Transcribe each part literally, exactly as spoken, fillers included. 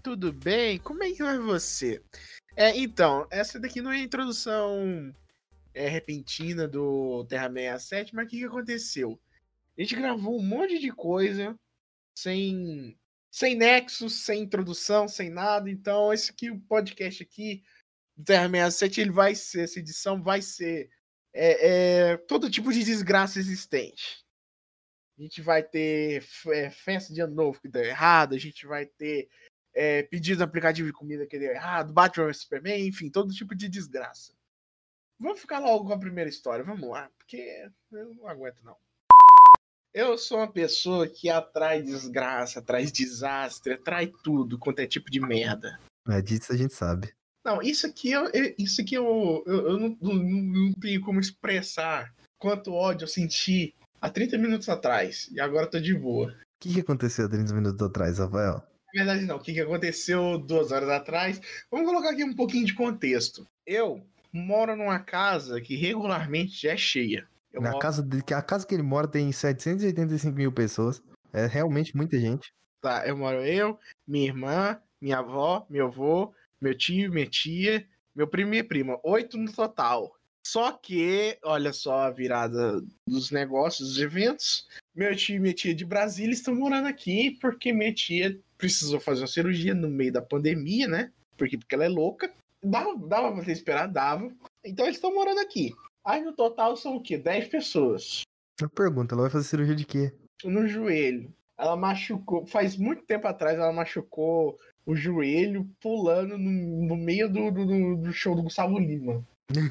tudo bem? Como é que vai você? É, então, essa daqui não é a introdução é, repentina do Terra sessenta e sete, mas o que, que aconteceu? A gente gravou um monte de coisa sem, sem nexo, sem introdução, sem nada. Então, esse aqui, o podcast aqui do Terra sessenta e sete, ele vai ser, essa edição vai ser é, é, todo tipo de desgraça existente. A gente vai ter é, festa de ano novo que deu errado, a gente vai ter é, pedido no aplicativo de comida que deu errado, Batman vs Superman, enfim, todo tipo de desgraça. Vamos ficar logo com a primeira história, vamos lá, porque eu não aguento não. Eu sou uma pessoa que atrai desgraça, atrai desastre, atrai tudo quanto é tipo de merda. É disso a gente sabe. Não, isso aqui, eu, isso aqui eu, eu, eu não, não, não tenho como expressar quanto ódio eu senti há trinta minutos atrás, e agora eu tô de boa. O que, que aconteceu trinta minutos atrás, Rafael? Na verdade, não. O que, que aconteceu duas horas atrás? Vamos colocar aqui um pouquinho de contexto. Eu moro numa casa que regularmente já é cheia. Eu Na moro... casa de, a casa que ele mora tem setecentos e oitenta e cinco mil pessoas. É realmente muita gente. Tá, eu moro eu, minha irmã, minha avó, meu avô, meu tio, minha tia, meu primo e minha prima. Oito no total. Só que, olha só a virada dos negócios, dos eventos. Meu tio e minha tia de Brasília estão morando aqui porque minha tia precisou fazer uma cirurgia no meio da pandemia, né? Porque, porque ela é louca. Dava, dava pra ter esperado, dava. Então eles estão morando aqui. Aí no total são o quê? Dez pessoas. Eu pergunto, ela vai fazer cirurgia de quê? No joelho. Ela machucou, faz muito tempo atrás, ela machucou o joelho pulando no, no meio do, do, do show do Gustavo Lima.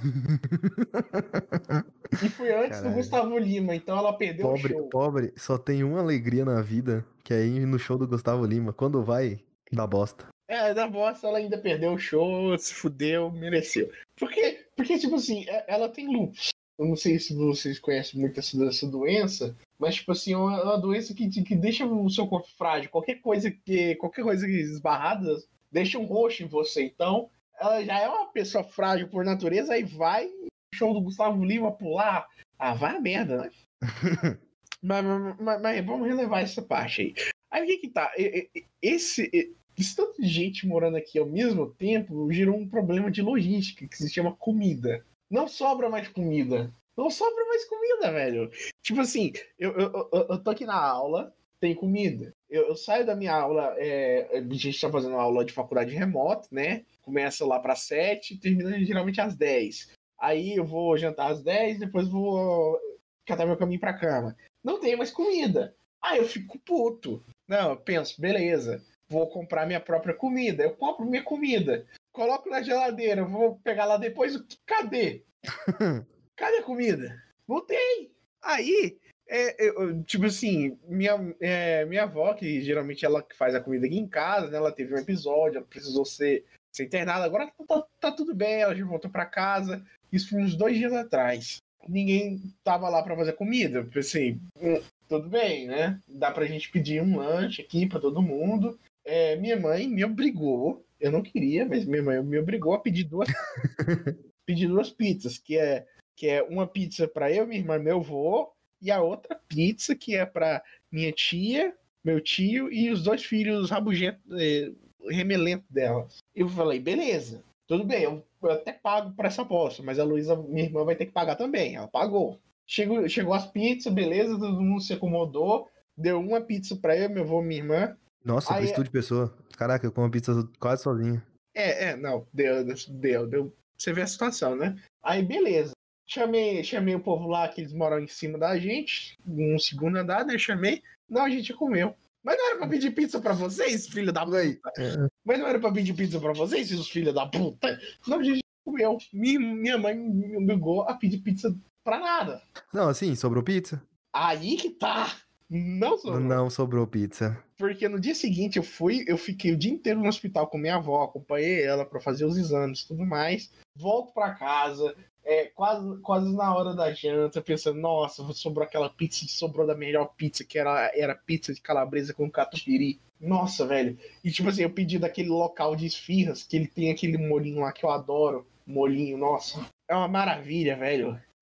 E foi antes Caralho. do Gustavo Lima, então ela perdeu Pobre, o show. pobre, só tem uma alegria na vida, que é ir no show do Gustavo Lima. Quando vai, dá bosta. É, da bosta ela ainda perdeu o show, se fudeu, mereceu. Porque, porque tipo assim, ela tem lúpus. Eu não sei se vocês conhecem muito essa, essa doença, mas, tipo assim, é uma, uma doença que, que deixa o seu corpo frágil. Qualquer coisa que. Qualquer coisa esbarrada deixa um roxo em você. Então, ela já é uma pessoa frágil por natureza, aí vai no show do Gustavo Lima pular. Ah, vai a merda, né? mas, mas, mas vamos relevar essa parte aí. Aí o que que tá? Esse. Esse tanto de gente morando aqui ao mesmo tempo gerou um problema de logística que se chama comida. Não sobra mais comida. Não sobra mais comida, velho. Tipo assim, eu, eu, eu, eu tô aqui na aula, tem comida. Eu, eu saio da minha aula, é, a gente tá fazendo uma aula de faculdade remota, né? Começa lá para sete e termina geralmente às dez. Aí eu vou jantar às dez, depois vou catar meu caminho pra cama. Não tem mais comida. Aí eu fico puto. Não, eu penso, beleza. Vou comprar minha própria comida. Eu compro minha comida. Coloco na geladeira. Vou pegar lá depois. Cadê? Cadê a comida? Não tem. Aí, é, eu, tipo assim, minha, é, minha avó, que geralmente ela faz a comida aqui em casa, né? Ela teve um episódio, ela precisou ser, ser internada. Agora tá, tá tudo bem, ela já voltou pra casa. Isso foi uns dois dias atrás. Ninguém tava lá pra fazer comida. Assim, hum, tudo bem, né? Dá pra gente pedir um lanche aqui pra todo mundo. É, minha mãe me obrigou, eu não queria, mas minha mãe me obrigou a pedir duas, pedir duas pizzas, que é, que é uma pizza para eu, minha irmã, meu avô, e a outra pizza que é para minha tia, meu tio e os dois filhos rabugentos, é, remelentos dela. Eu falei, beleza, tudo bem, eu, eu até pago para essa aposta, mas a Luísa, minha irmã, vai ter que pagar também. Ela pagou. Chegou, chegou as pizzas, beleza, todo mundo se acomodou, deu uma pizza para eu, meu avô e minha irmã. Nossa, pra Aí, estudo de pessoa. Caraca, eu como pizza quase sozinho. É, é, não, deu, deu, deu. Você vê a situação, né? Aí, beleza. Chamei, chamei o povo lá que eles moram em cima da gente, no segundo andar, né? Chamei. Não, a gente comeu. Mas não era pra pedir pizza pra vocês, filho da puta. É. Mas não era pra pedir pizza pra vocês, seus filhos da puta. Não, a gente comeu. Minha, minha mãe me obrigou a pedir pizza pra nada. Não, assim, sobrou pizza? Aí que tá. Não sobrou. Não sobrou pizza. Porque no dia seguinte eu fui, eu fiquei o dia inteiro no hospital com minha avó, acompanhei ela para fazer os exames e tudo mais. Volto para casa, é, quase, quase na hora da janta, pensando, nossa, sobrou aquela pizza, sobrou da melhor pizza, que era, era pizza de calabresa com catupiry. Nossa, velho. E tipo assim, eu pedi daquele local de esfirras, que ele tem aquele molinho lá que eu adoro. Molinho, nossa. É uma maravilha, velho.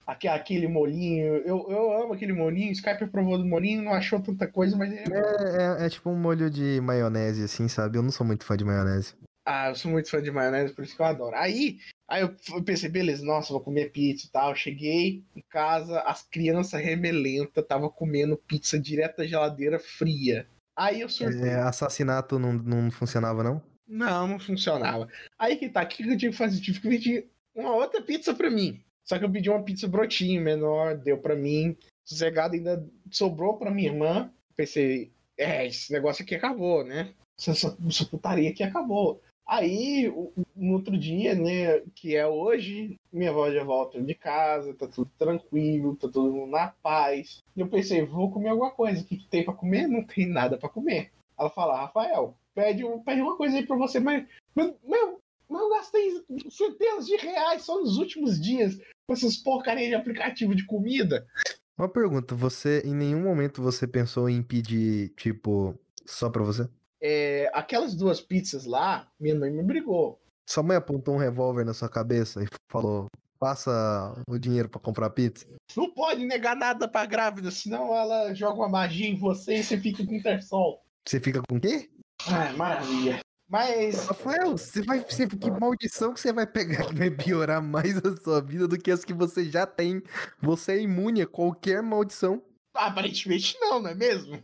Aquele, aquele molinho. Eu, eu amo aquele molinho. O Skype provou do molinho, não achou tanta coisa, mas ele é bom. É, é, é tipo um molho de maionese, assim, sabe? Eu não sou muito fã de maionese. Ah, eu sou muito fã de maionese, por isso que eu adoro. Aí, aí eu f- pensei, beleza, nossa, vou comer pizza e tal. Cheguei em casa, as crianças remelentas estavam comendo pizza direto da geladeira fria. Aí eu É, surtei. assassinato não, não funcionava, não? Não, não funcionava. Aí que tá, o que eu tive que fazer? Eu tive que pedir uma outra pizza pra mim. Só que eu pedi uma pizza brotinho, menor, deu pra mim. Sossegado ainda sobrou pra minha irmã. Pensei, é, esse negócio aqui acabou, né? Essa, essa, essa putaria aqui acabou. Aí, o- o- no outro dia, né, que é hoje, minha avó já volta de casa, tá tudo tranquilo, tá todo mundo na paz. E eu pensei, vou comer alguma coisa. O que, que tem pra comer? Não tem nada pra comer. Ela fala, Rafael, pede, um, pede uma coisa aí pra você, mas, mas, meu, mas eu gastei centenas de reais só nos últimos dias com essas porcarias de aplicativo de comida. Uma pergunta, você, em nenhum momento você pensou em pedir, tipo, só pra você? É, aquelas duas pizzas lá, minha mãe me brigou. Sua mãe apontou um revólver na sua cabeça e falou, passa o dinheiro pra comprar pizza? Não pode negar nada pra grávida, senão ela joga uma magia em você e você fica com intersol. Você fica com o quê? Ah, maravilha. Mas, Rafael, você vai, você, que maldição que você vai pegar que vai piorar mais a sua vida do que as que você já tem. Você é imune a qualquer maldição. aparentemente não, não é mesmo?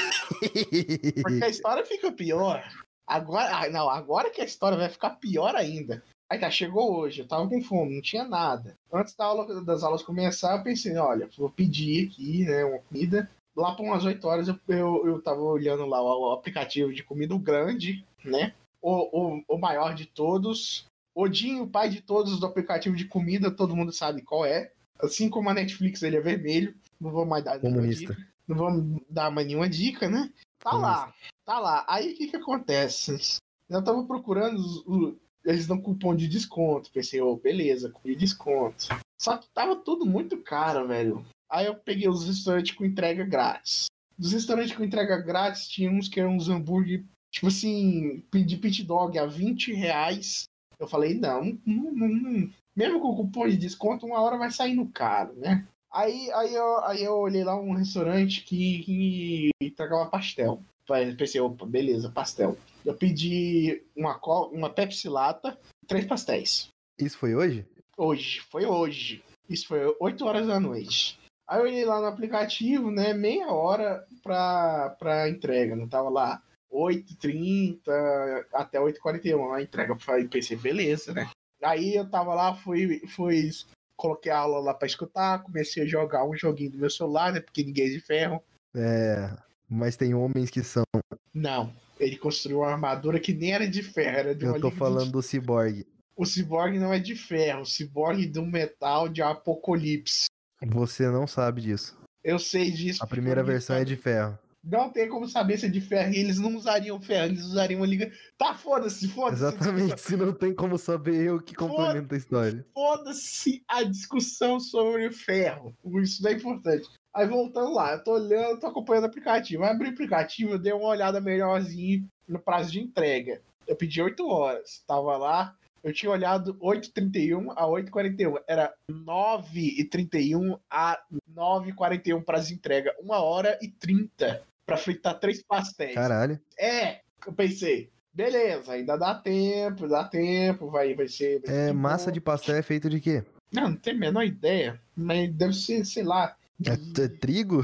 Porque a história fica pior. Agora, ah, não, agora que a história vai ficar pior ainda. Aí tá, chegou hoje, eu tava com fome, não tinha nada. Antes da aula, das aulas começar, eu pensei, olha, vou pedir aqui, né, uma comida. Lá por umas oito horas eu, eu, eu tava olhando lá o, o aplicativo de comida, o grande, né? O, o, o maior de todos. Odinho, o pai de todos do aplicativo de comida, todo mundo sabe qual é. Assim como a Netflix, ele é vermelho. Não vou mais dar nenhuma Comunista. dica. Não vou dar mais nenhuma dica, né? Tá Comunista. lá, tá lá. Aí o que que acontece? Eu tava procurando os, o- eles dão cupom de desconto. Pensei, ô, beleza, cupom de desconto. Só que tava tudo muito caro, velho. Aí eu peguei os restaurantes com entrega grátis. Dos restaurantes com entrega grátis, tinha uns que eram uns hambúrguer, tipo assim, de pit dog a vinte reais. Eu falei, não, não, não, não. Mesmo com o cupom de desconto, uma hora vai saindo caro, né? Aí, aí, eu, aí eu olhei lá um restaurante que, que entregava pastel. Aí pensei, opa, beleza, pastel. Eu pedi uma, co- uma Pepsi Lata e três pastéis. Isso foi hoje? Hoje, foi hoje. Isso foi oito horas da noite. Aí eu olhei lá no aplicativo, né? Meia hora pra, pra entrega. Não tava lá oito e trinta até oito e quarenta e um a entrega. Aí pensei, beleza, né? Aí eu tava lá, fui, fui coloquei a aula lá pra escutar, comecei a jogar um joguinho do meu celular, né? Porque ninguém é de ferro. É, mas tem homens que são. Não. Ele construiu uma armadura que nem era de ferro, era de Eu uma tô liga de. falando do Cyborg. O ciborgue não é de ferro, o ciborgue do metal de apocalipse. Você não sabe disso. Eu sei disso A porque eu primeira li versão é de história. ferro. Não tem como saber se é de ferro. E eles não usariam ferro, eles usariam uma liga. Tá, foda-se, foda-se a discussão. Exatamente, se não tem como saber eu que Foda- complemento a história. Foda-se a discussão sobre ferro. Isso não é importante. Aí voltando lá, eu tô olhando, tô acompanhando o aplicativo. Aí abri o aplicativo, eu dei uma olhada melhorzinha no prazo de entrega. Eu pedi oito horas. Tava lá, eu tinha olhado oito e trinta e um a oito e quarenta e um. Era nove e trinta e um a nove e quarenta e um prazo de entrega. Uma hora e trinta pra fritar três pastéis. Caralho. É, eu pensei, beleza, ainda dá tempo, dá tempo, vai, vai ser, vai ser É, de massa boa. de pastel é feito de quê? Não, não tenho a menor ideia, mas deve ser, sei lá, É, t- é de trigo?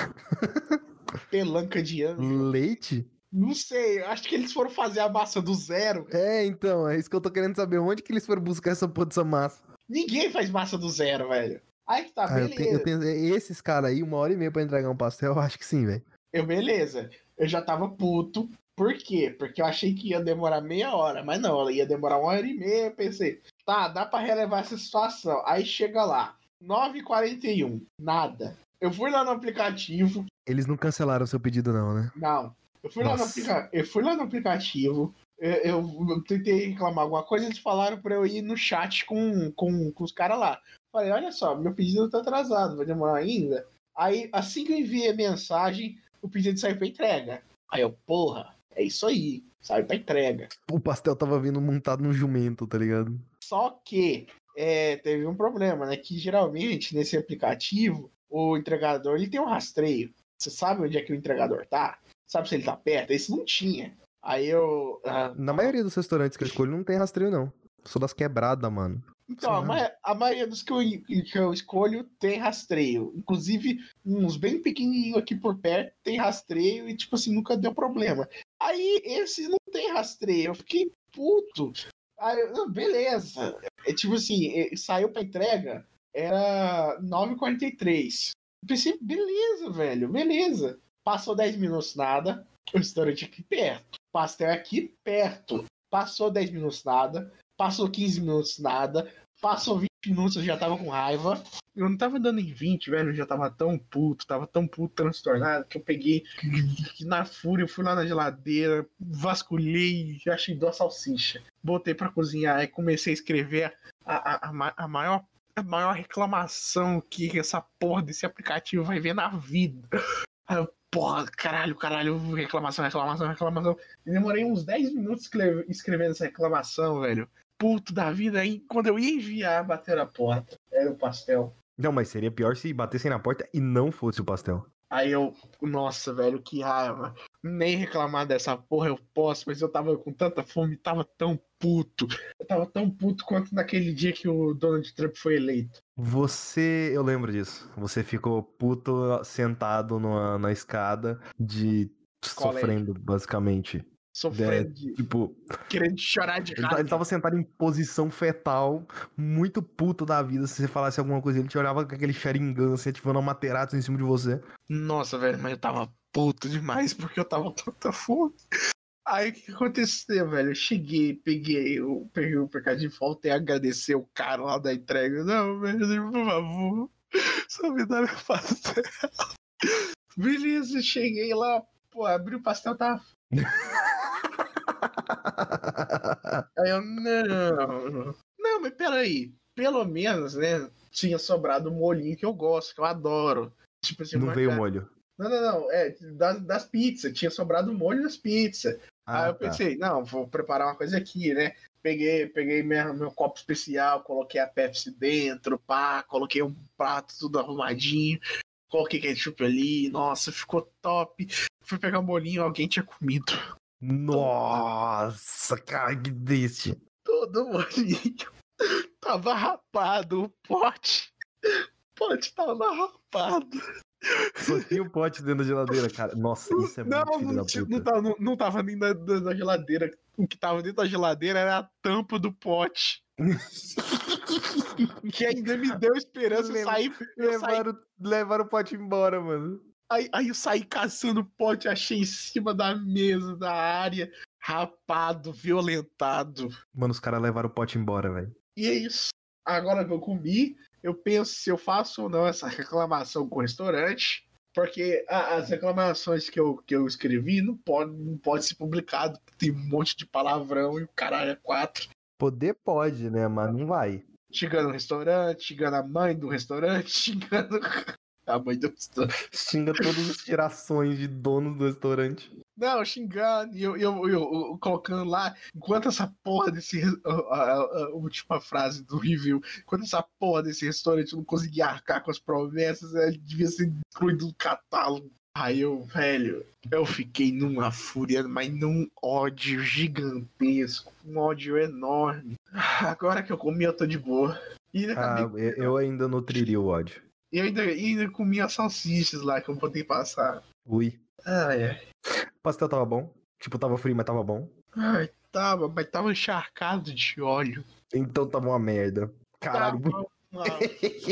pelanca de anjo. Leite? Não sei, acho que eles foram fazer a massa do zero. É, então, é isso que eu tô querendo saber. Onde que eles foram buscar essa porra dessa massa? Ninguém faz massa do zero, velho. Aí que tá, Ah, eu tenho, eu beleza. tenho esses caras aí, uma hora e meia pra entregar um pastel, eu acho que sim, velho. Eu, beleza. Eu já tava puto. Por quê? Porque eu achei que ia demorar meia hora, mas não, ela ia demorar uma hora e meia. Eu pensei, tá, dá pra relevar essa situação. Aí chega lá, nove e quarenta e um, nada. Eu fui lá no aplicativo, Eles não cancelaram seu pedido, não, né? não. Eu fui lá no, Nossa. aplica... eu fui lá no aplicativo, eu, eu- eu tentei reclamar alguma coisa, eles falaram pra eu ir no chat com, com, com os caras lá. Falei, olha só, meu pedido tá atrasado, vai demorar ainda. Aí, assim que eu enviei a mensagem, o pedido saiu pra entrega. Aí eu, porra, é isso aí, saiu pra entrega. O pastel tava vindo montado num jumento, tá ligado? Só que é, teve um problema, né? Que geralmente nesse aplicativo o entregador ele tem um rastreio. Você sabe onde é que o entregador tá? Sabe se ele tá perto? Esse não tinha. Aí eu. ah, Na maioria dos restaurantes que eu escolho não tem rastreio, não. Sou das quebradas, mano. Então, Sei a, lá. ma- a maioria dos que eu, que eu escolho tem rastreio. Inclusive, uns bem pequenininhos aqui por perto tem rastreio e, tipo assim, nunca deu problema. Aí, esse não tem rastreio. Eu fiquei puto. Aí, eu, não, beleza. É tipo assim, é, saiu pra entrega, era nove e quarenta e três. Eu pensei, beleza, velho, beleza. Passou dez minutos, nada. O restaurante aqui perto. Pastel aqui perto. Passou dez minutos, nada. Passou quinze minutos, nada. Passou vinte minutos, eu já tava com raiva. Eu não tava dando em vinte, velho. Eu já tava tão puto, tava tão puto, transtornado, que eu peguei que na fúria, eu fui lá na geladeira, vasculhei, achei duas salsicha. Botei pra cozinhar, aí comecei a escrever a, a, a, ma- a maior. A maior reclamação que essa porra desse aplicativo vai ver na vida. Aí eu, porra, caralho, caralho, reclamação, reclamação, reclamação. E demorei uns dez minutos escreve- escrevendo essa reclamação, velho. Puto da vida, aí quando eu ia enviar, bater a porta. Era o pastel. Não, mas seria pior se batessem na porta e não fosse o pastel. Aí eu, nossa, velho, que raiva. Nem reclamar dessa porra eu posso, mas eu tava com tanta fome, tava tão puto. Eu tava tão puto quanto naquele dia que o Donald Trump foi eleito. Você, eu lembro disso. Você ficou puto sentado numa, na escada de Colégio. sofrendo, basicamente. É, Sofrendo de. tipo, Querendo chorar de ele, ta- ele raiva. tava sentado em posição fetal, muito puto da vida. Se você falasse alguma coisa, ele te olhava com aquele Sharingan, assim, ativando uma Materaço em cima de você. Nossa, velho, mas eu tava puto demais porque eu tava com tanta fome. Aí o que aconteceu, velho? Eu cheguei, peguei, eu peguei o pecado de volta e agradeci o cara lá da entrega. Não, velho, por favor, só me dá meu pastel. Beleza, cheguei lá, pô, abri o pastel, tava. Aí eu, não. Não, mas peraí. Pelo menos, né? Tinha sobrado o molhinho que eu gosto, que eu adoro. Tipo assim, Não uma veio cara. molho. Não, não, não. É, das, das pizzas. Tinha sobrado o molho das pizzas. Aí Ah, eu tá. pensei, não, vou preparar uma coisa aqui, né? Peguei, peguei minha, meu copo especial, coloquei a Pepsi dentro, pá, coloquei um prato tudo arrumadinho, coloquei ketchup ali, nossa, ficou top. Fui pegar o molhinho, alguém tinha comido. Nossa, cara, que delícia. Todo o molhinho tava rapado, o pote. O pote tava rapado. Só tinha o pote dentro da geladeira, cara. Nossa, isso é Não, muito filho não, da tinha- não, puta. tava, não, não tava nem na, na- na geladeira. O que tava dentro da geladeira era a tampa do pote. Que ainda me deu esperança. Eu Le- saí, eu saí, levaram, levaram o pote embora, mano. aí, aí eu saí caçando o pote, achei em cima da mesa, da área, rapado, violentado. Mano, os caras levaram o pote embora, velho. E é isso. Agora que eu comi, eu penso se eu faço ou não essa reclamação com o restaurante. Porque a- as reclamações que eu, que eu escrevi não pode, não pode ser publicado. Tem um monte de palavrão e o caralho é quatro. Poder pode, né? Mas não vai. Xingando o restaurante, xingando a mãe do restaurante, xingando a mãe do restaurante. Xinga todas as gerações de donos do restaurante. Não, xingando, e eu, eu, eu, eu colocando lá, enquanto essa porra desse. A, a- a última frase do review, enquanto essa porra desse restaurante não conseguia arcar com as promessas, ele devia ser excluído do catálogo. Aí eu, velho, eu fiquei numa fúria, mas num ódio gigantesco, um ódio enorme. Agora que eu comi, eu tô de boa. E ainda Ah, acabei. eu eu ainda nutriria o ódio. E eu ainda, ainda comi as salsichas lá que eu botei passar. Ui. Ai, ai. O pastel tava bom. Tipo, tava frio, mas tava bom. Ai, tava, mas tava encharcado de óleo. Então tava uma merda. Caralho. Tava uma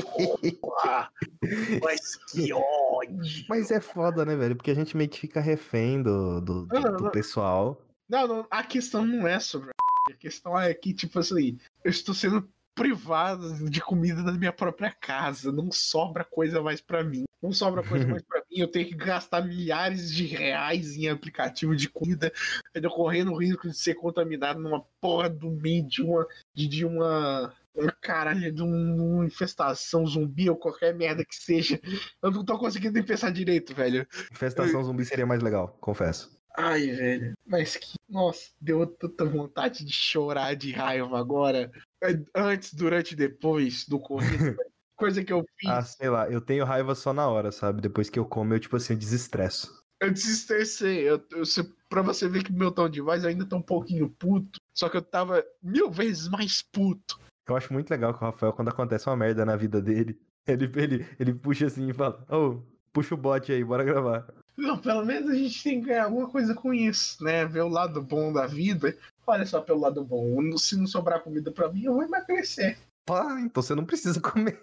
porra. Mas que ódio. Mas é foda, né, velho? Porque a gente meio que fica refém do, do, Não, do, não, do não, pessoal. não, não, a questão não é sobre a questão é que, tipo assim, eu estou sendo privado de comida da minha própria casa. Não sobra coisa mais pra mim. Não sobra coisa mais pra mim. Eu tenho que gastar milhares de reais em aplicativo de comida, ainda correndo o risco de ser contaminado numa porra do meio de uma. de, de uma. uma caralho, de um- uma infestação zumbi ou qualquer merda que seja. Eu não tô conseguindo nem pensar direito, velho. Infestação zumbi seria mais legal, confesso. Ai, velho. Mas que. Nossa, deu tanta vontade de chorar de raiva agora. Antes, durante e depois do corrido, coisa que eu fiz. Ah, sei lá, eu tenho raiva só na hora, sabe? Depois que eu como, eu, tipo assim, eu desestresso. Eu desestressei. Eu, eu, pra você ver que meu tom de voz ainda tá um pouquinho puto. Só que eu tava mil vezes mais puto. Eu acho muito legal que o Rafael, quando acontece uma merda na vida dele, ele, ele, ele puxa assim e fala: Ô, puxa o bote aí, bora gravar. Não, pelo menos a gente tem que ganhar alguma coisa com isso, né? Ver o lado bom da vida. Olha só pelo lado bom. Se não sobrar comida pra mim, eu vou emagrecer. Pá, então você não precisa comer.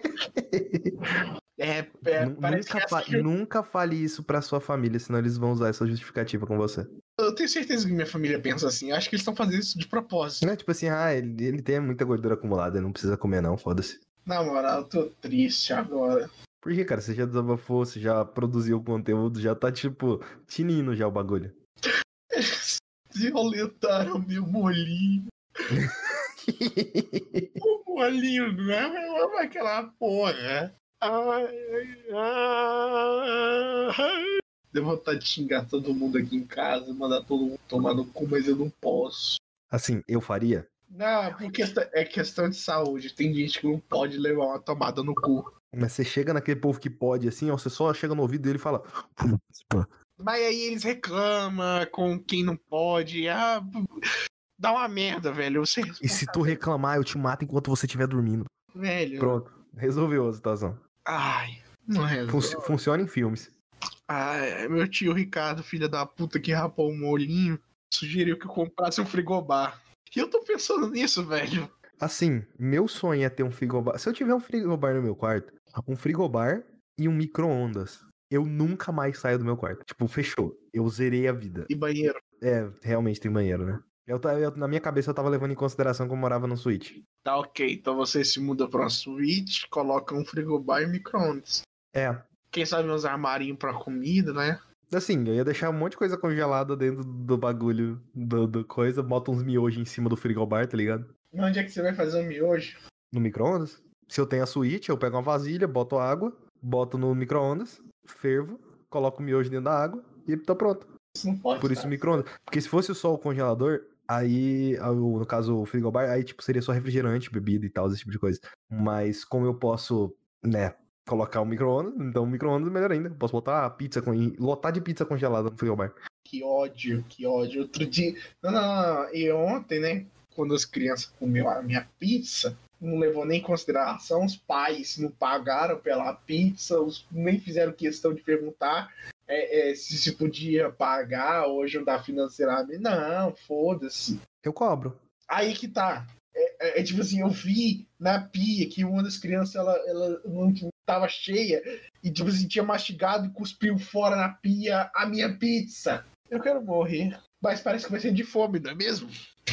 É, é parece nunca, que fa assim, nunca fale isso pra sua família, senão eles vão usar essa justificativa com você. eu tenho certeza que minha família pensa assim. Eu acho que eles estão fazendo isso de propósito. Não é tipo assim, ah, ele, ele tem muita gordura acumulada, ele não precisa comer não, foda-se. Na moral, eu tô triste agora. Por que, cara? Você já desabafou, você já produziu conteúdo, já tá, tipo, tinindo já o bagulho. Violentaram meu molinho. O molinho não é aquela porra. Ai, ai, ai. Deu vontade de xingar todo mundo aqui em casa, mandar todo mundo tomar no cu, mas eu não posso. Assim, eu faria? Não, porque é questão de saúde. Tem gente que não pode levar uma tomada no cu. Mas você chega naquele povo que pode, assim, ó, você só chega no ouvido dele e fala. Mas aí eles reclamam com quem não pode. Ah, dá uma merda, velho. Você E se tu reclamar, eu te mato enquanto você estiver dormindo. Velho. Pronto, resolveu a situação. Ai, não resolve. Fun funciona em filmes. Ai, meu tio Ricardo, filho da puta que rapou o molinho, sugeriu que eu comprasse um frigobar. E eu tô pensando nisso, velho. Assim, meu sonho é ter um frigobar. Se eu tiver um frigobar no meu quarto, um frigobar e um micro-ondas, eu nunca mais saio do meu quarto. Tipo, fechou. Eu zerei a vida. E banheiro. É, realmente tem banheiro, né? Eu, eu, na minha cabeça eu tava levando em consideração que eu morava no suíte. Tá ok, então você se muda pra uma suíte, coloca um frigobar e micro-ondas. É. Quem sabe uns armarinhos pra comida, né? Assim, eu ia deixar um monte de coisa congelada dentro do bagulho do, do coisa, bota uns miojos em cima do frigobar, tá ligado? E onde é que você vai fazer um miojo? No micro-ondas. Se eu tenho a suíte, eu pego uma vasilha, boto água, boto no micro-ondas, fervo, coloco o miojo dentro da água e tá pronto. Isso não pode Por isso o micro-ondas. Porque se fosse só o congelador, aí, no caso o frigobar, aí tipo seria só refrigerante, bebida e tal, esse tipo de coisa. Mas como eu posso, né, colocar o micro-ondas, então o micro-ondas é melhor ainda. Posso botar pizza, com... lotar de pizza congelada no frigobar. Que ódio, que ódio. Outro dia... Não, não, não. E ontem, né, quando as crianças comeram a minha pizza, não levou nem em consideração, os pais não pagaram pela pizza, os... nem fizeram questão de perguntar é, é, se se podia pagar ou ajudar financeiramente. Não, foda-se. Eu cobro. Aí que tá. É, é, é tipo assim, eu vi na pia que uma das crianças ela, ela não tava cheia e tipo assim, tinha mastigado e cuspiu fora na pia a minha pizza. Eu quero morrer. Mas parece que vai ser de fome, não é mesmo?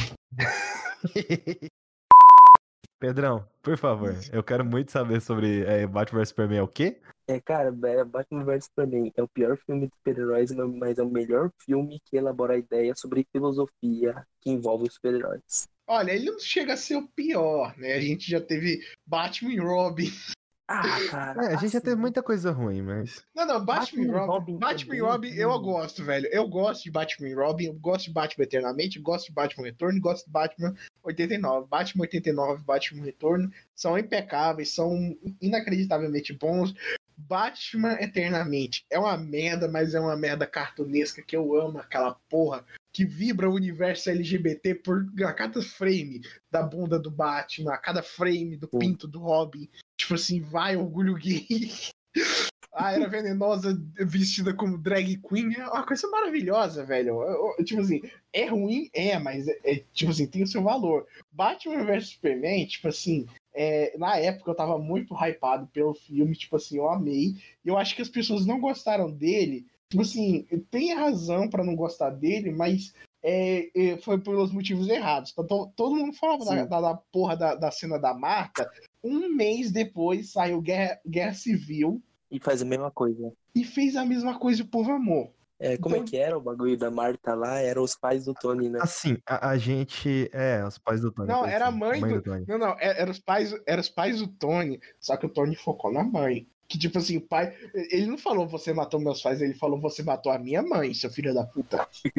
Pedrão, por favor, eu quero muito saber sobre é, Batman versus. Superman é o quê? É, cara, Batman versus. Superman é o pior filme de super-heróis, mas é o melhor filme que elabora a ideia sobre filosofia que envolve os super-heróis. Olha, ele não chega a ser o pior, né? A gente já teve Batman e Robin. Ah, cara. É, a gente já assim, teve muita coisa ruim, mas. Não, não, Batman e Batman e Robin. Robin Batman e também, Robin eu hum. gosto, velho. Eu gosto de Batman e Robin, eu gosto de Batman Eternamente, gosto de Batman Retorno, gosto de Batman oitenta e nove. Batman oitenta e nove e Batman Retorno são impecáveis, são inacreditavelmente bons. Batman Eternamente é uma merda, mas é uma merda cartunesca que eu amo aquela porra que vibra o universo L G B T por a cada frame da bunda do Batman, a cada frame do pinto do Robin. Tipo assim, vai, orgulho gay. A Era Venenosa vestida como drag queen é uma coisa maravilhosa, velho. Eu, eu, tipo assim, é ruim? É, mas é, é, tipo assim, tem o seu valor. Batman versus. Superman, tipo assim, é, na época eu tava muito hypado pelo filme, tipo assim, eu amei. E eu acho que as pessoas não gostaram dele. Tipo assim, tem razão pra não gostar dele, mas é, é, foi pelos motivos errados. Então, todo mundo falava da, da, da porra da, da cena da Marta. Um mês depois saiu Guerra, Guerra Civil. E faz a mesma coisa. E fez a mesma coisa o povo amou. É, como Então- é que era o bagulho da Marta lá? Eram os pais do Tony, né? Assim, a, a gente. É, os pais do Tony. Não, coisa era a assim, mãe, do. Tony. Não, não, é- era os pais, era os pais do Tony, só que o Tony focou na mãe. Que tipo assim, o pai. Ele não falou você matou meus pais, ele falou você matou a minha mãe, seu filho da puta.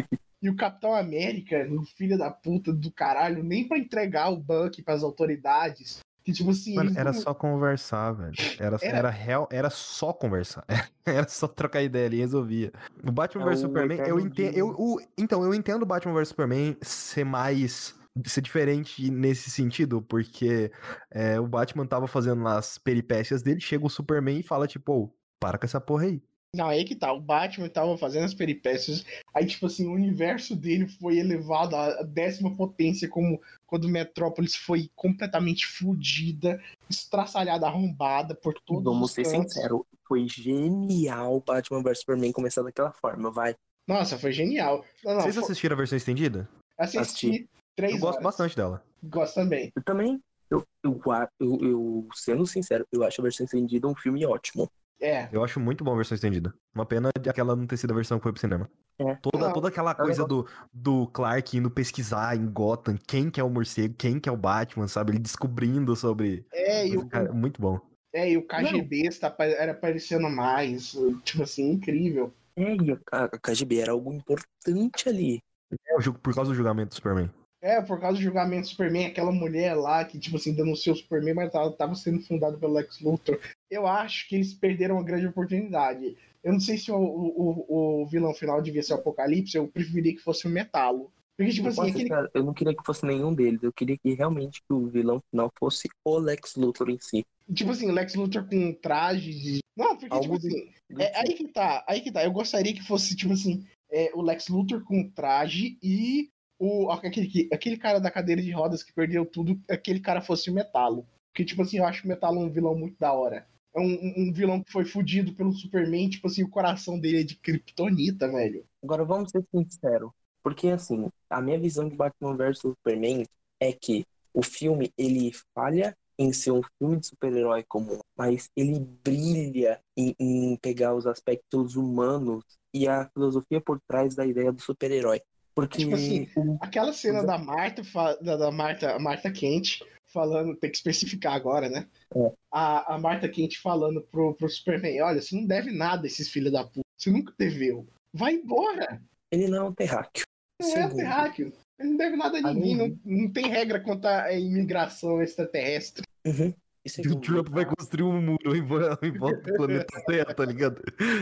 E o Capitão América, o filho da puta do caralho, nem pra entregar o Bucky pras autoridades. Que, tipo assim, Mano, eles era não... só conversar, velho. Era, Era... era real, era só conversar. Era só trocar ideia ali e resolvia. O Batman É vs o Superman, eu eterno entendo. Eu, dia. o- então, eu entendo o Batman vs Superman ser mais. Ser diferente nesse sentido, porque é, o Batman tava fazendo lá as peripécias dele, chega o Superman e fala, tipo, ô, para com essa porra aí. Não, aí que tá. O Batman tava fazendo as peripécias. Aí, tipo assim, o universo dele foi elevado à décima potência, como quando Metrópolis foi completamente fudida, estraçalhada, arrombada por E todos vamos os ser cantos. sinceros, foi genial Batman vs Superman começar daquela forma, vai. Nossa, foi genial. Não, não, Vocês foi... assistiram a versão estendida? Assistir. assisti Eu três gosto horas. bastante dela. Gosto também. Eu também, eu, eu, eu, eu, sendo sincero, eu acho a versão estendida um filme ótimo. É. Eu acho muito bom a versão estendida. Uma pena de aquela não ter sido a versão que foi pro cinema. É. Toda, Não, toda aquela é um coisa negócio- do, do Clark indo pesquisar em Gotham quem que é o morcego, quem que é o Batman, sabe? Ele descobrindo sobre. é, e o, Cara, muito bom. é, e o Não, K G B está, apa- era aparecendo mais. Tipo assim, incrível. é, e a, a K G B era algo importante ali. É, o ju- por causa do julgamento do Superman. É, por causa do julgamento do Superman, aquela mulher lá que, tipo assim, denunciou o Superman, mas ela estava sendo fundada pelo Lex Luthor. Eu acho que eles perderam uma grande oportunidade. Eu não sei se o, o, o vilão final devia ser o Apocalipse, eu preferia que fosse o Metalo. Porque, tipo Eu assim, posso ser aquele. sincero, eu não queria que fosse nenhum deles, eu queria que realmente que o vilão final fosse o Lex Luthor em si. Tipo assim, Lex Luthor com traje de. Não, porque, tipo Algo do, assim, do é aí tipo. que tá, aí que tá. Eu gostaria que fosse, tipo assim, é, o Lex Luthor com traje e o, aquele, aquele cara da cadeira de rodas que perdeu tudo, aquele cara fosse o Metalo. Porque, tipo assim, eu acho o Metalo um vilão muito da hora. É um, um, um vilão que foi fudido pelo Superman, tipo assim, o coração dele é de Kryptonita, velho. Agora vamos ser sinceros, porque assim, a minha visão de Batman vs Superman é que o filme ele falha em ser um filme de super-herói comum, mas ele brilha em, em pegar os aspectos humanos e a filosofia por trás da ideia do super-herói. Tipo assim, Porque o, aquela cena os- da Marta, fa- da, da Marta, Marta Kent falando, tem que especificar agora, né? é, A, a Marta Kent falando pro, pro Superman, olha, você não deve nada a esses filhos da puta, você nunca deveu. Vai embora, ele não é um terráqueo. não é Segundo, terráqueo. Ele não deve nada a ninguém, além não, disso, não tem regra quanto à imigração extraterrestre. uhum, e O segundo, Trump vai construir um muro em vo- em volta do planeta Terra, tá ligado?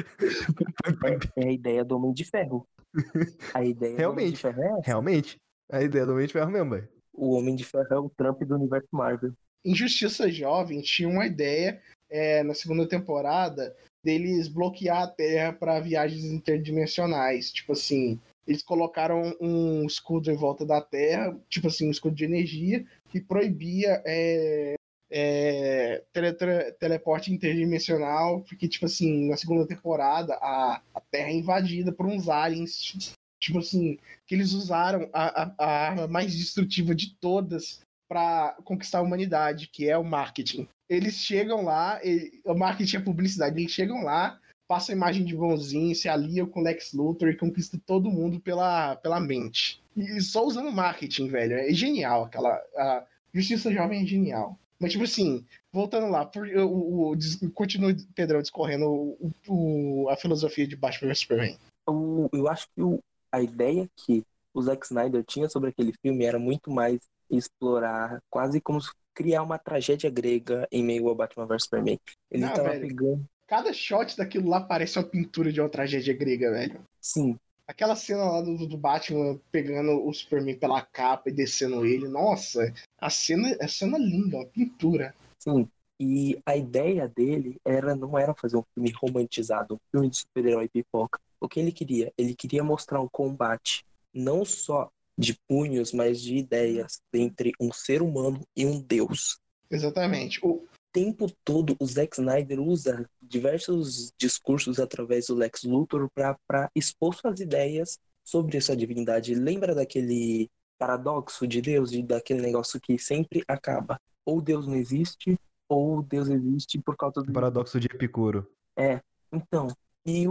é, é a ideia do Homem de Ferro. A ideia do Homem de Realmente, Ferro é essa. realmente. A ideia do Homem de Ferro mesmo, velho. O Homem de Ferro é o Trump do universo Marvel. Em Justiça Jovem tinha uma ideia é, na segunda temporada deles bloquear a Terra para viagens interdimensionais. Tipo assim, eles colocaram um escudo em volta da Terra, tipo assim, um escudo de energia, que proibia é, é, tele, tele, teleporte interdimensional, porque, tipo assim, na segunda temporada a, a Terra é invadida por uns aliens, tipo assim, que eles usaram a, a, a arma mais destrutiva de todas para conquistar a humanidade, que é o marketing. Eles chegam lá, ele, o marketing é publicidade, eles chegam lá, passam a imagem de bonzinho, se aliam com o Lex Luthor e conquistam todo mundo pela, pela mente. E só usando marketing, velho. É genial aquela. A Justiça Jovem é genial. Mas, tipo assim, voltando lá, por, o, o, o, continua, Pedrão, discorrendo o, o, a filosofia de Batman vs Superman. Eu, eu acho que o, a ideia que o Zack Snyder tinha sobre aquele filme era muito mais explorar, quase como criar uma tragédia grega em meio ao Batman vs Superman. Ele Não, tava velho. pegando. Cada shot daquilo lá parece uma pintura de uma tragédia grega, velho. Sim, Aquela cena lá do, do Batman pegando o Superman pela capa e descendo ele, nossa, a cena, a cena linda, uma pintura. sim. E a ideia dele era não era fazer um filme romantizado, um filme de super-herói pipoca. O que ele queria? Ele queria mostrar um combate não só de punhos, mas de ideias entre um ser humano e um deus. Exatamente. O, Tempo todo o Zack Snyder usa diversos discursos através do Lex Luthor para expor suas ideias sobre essa divindade. Lembra daquele paradoxo de Deus, de, daquele negócio que sempre acaba? Ou Deus não existe, ou Deus existe por causa O do... paradoxo de Epicuro. É, então, e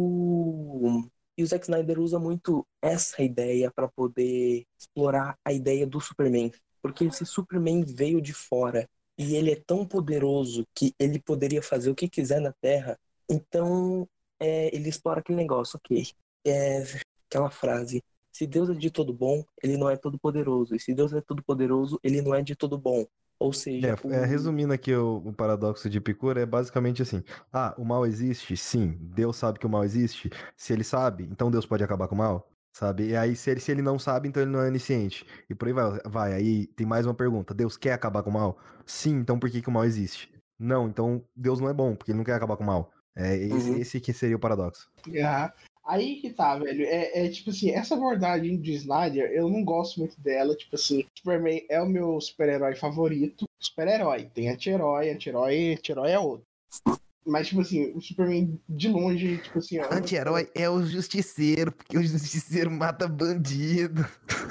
o... E o Zack Snyder usa muito essa ideia para poder explorar a ideia do Superman. Porque esse Superman veio de fora e ele é tão poderoso que ele poderia fazer o que quiser na Terra. Então, é, ele explora aquele negócio, ok? É, aquela frase, Se Deus é de todo bom, ele não é todo poderoso. E se Deus é todo poderoso, ele não é de todo bom. Ou seja, É, é, o... resumindo aqui o, o paradoxo de Epicuro, é basicamente assim: ah, o mal existe? Sim. Deus sabe que o mal existe? Se ele sabe, então Deus pode acabar com o mal? Sabe? E aí, se ele, se ele não sabe, então ele não é onisciente. E por aí vai, vai. Aí tem mais uma pergunta: Deus quer acabar com o mal? Sim, então por que, que o mal existe? Não, então Deus não é bom, porque ele não quer acabar com o mal. É esse, Uhum. esse que seria o paradoxo. Ah, aí que tá, velho. É, é tipo assim, essa abordagem de Snyder, eu não gosto muito dela. Tipo assim, Superman é o meu super-herói favorito. Super-herói. Tem anti-herói, anti-herói, anti-herói é outro. Mas, tipo assim, o Superman de longe, tipo assim, é o meu super-herói. Anti-herói é o justiceiro, porque o justiceiro mata bandido.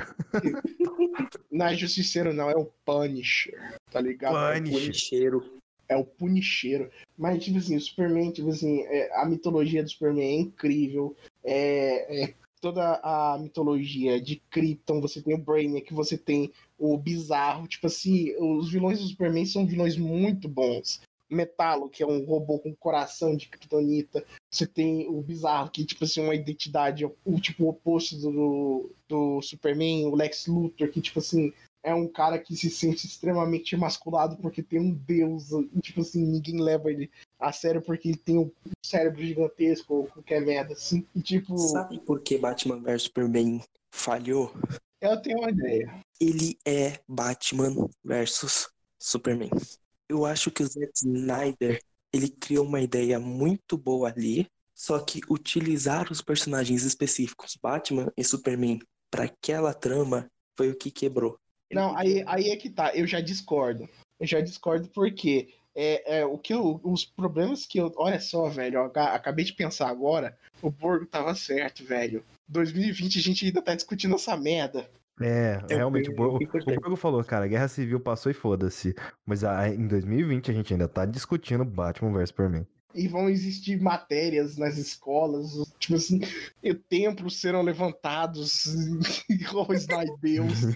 Não é Justiceiro, não, é o Punisher, tá ligado? É o Punisher. Cheiro. é o Punicheiro. Mas, tipo assim, o Superman, tipo assim, é, a mitologia do Superman é incrível. É, é toda a mitologia de Krypton, você tem o Brainiac, você tem o Bizarro. Tipo assim, os vilões do Superman são vilões muito bons. Metalo, que é um robô com coração de kryptonita. Você tem o Bizarro, que tipo assim, uma identidade, o tipo o oposto do, do Superman, o Lex Luthor, que tipo assim, é um cara que se sente extremamente emasculado porque tem um deus, e, tipo assim, ninguém leva ele a sério porque ele tem um cérebro gigantesco ou qualquer merda assim. E tipo, Sabe por que Batman versus Superman falhou? eu tenho uma ideia. Ele é Batman versus Superman. Eu acho que o Zack Snyder, ele criou uma ideia muito boa ali, só que utilizar os personagens específicos, Batman e Superman, para aquela trama foi o que quebrou. Ele Não, podia- aí, aí é que tá, eu já discordo. Eu já discordo porque é, é, o que eu- os problemas que eu. Olha só, velho, eu aca- acabei de pensar agora, o Borgo tava certo, velho. dois mil e vinte a gente ainda tá discutindo essa merda. É, É um realmente, o ponto Borgo, o importante. Borgo falou, cara, a Guerra Civil passou e foda-se. Mas ah, em dois mil e vinte a gente ainda tá discutindo Batman versus Superman. E vão existir matérias nas escolas, tipo assim, e templos serão levantados igual os Deus.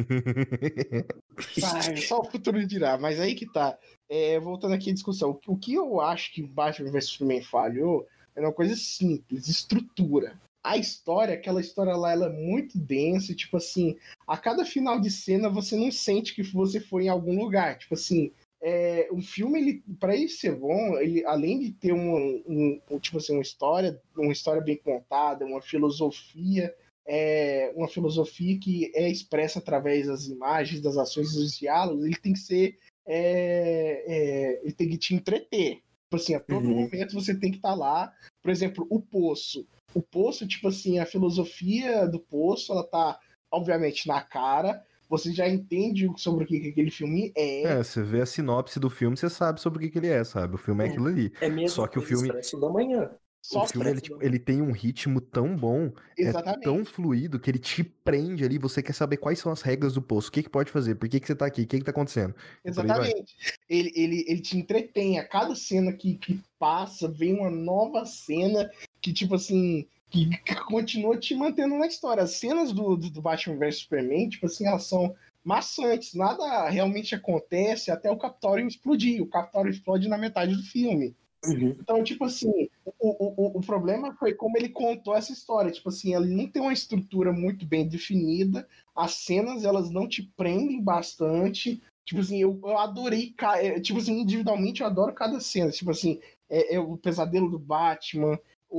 Ai, só o futuro dirá, mas aí que tá. É, voltando aqui à discussão, o que eu acho que Batman versus Superman falhou é uma coisa simples, estrutura. A história, aquela história lá, ela é muito densa, e, tipo assim, a cada final de cena você não sente que você foi em algum lugar. Tipo assim, é, o filme, ele, para ele ser bom, ele, além de ter uma, um, um, tipo assim, uma história, uma história bem contada, uma filosofia é uma filosofia que é expressa através das imagens, das ações, dos diálogos, ele tem que ser. É, é, ele tem que te entreter. Tipo assim, a todo Uhum. momento você tem que estar lá. Por exemplo, o Poço. O Poço, tipo assim, a filosofia do Poço, ela tá, obviamente, na cara. Você já entende sobre o que aquele filme é. É, você vê a sinopse do filme, você sabe sobre o que que ele é, sabe? O filme é aquilo ali. É a Só mesma que o coisa filme, Expresso da Manhã. O o Só filme ele, Expresso da tipo, Manhã. ele tem um ritmo tão bom, é tão exatamente. fluido que ele te prende ali, você quer saber quais são as regras do poço, o que que pode fazer, por que que você tá aqui, o que que tá acontecendo. E por aí vai. Exatamente. Ele, ele, ele te entretém. A cada cena que, que passa, vem uma nova cena que, tipo assim, que, que continua te mantendo na história. As cenas do, do, do Batman versus Superman, tipo assim, elas são maçantes. Nada realmente acontece até o Capitólio explodir. O Capitólio explode na metade do filme. Uhum. Então, tipo assim, o, o, o problema foi como ele contou essa história. Tipo assim, ele não tem uma estrutura muito bem definida. As cenas, elas não te prendem bastante. Tipo assim, eu, eu adorei. é, Tipo assim, individualmente eu adoro cada cena. Tipo assim, é, é o pesadelo do Batman,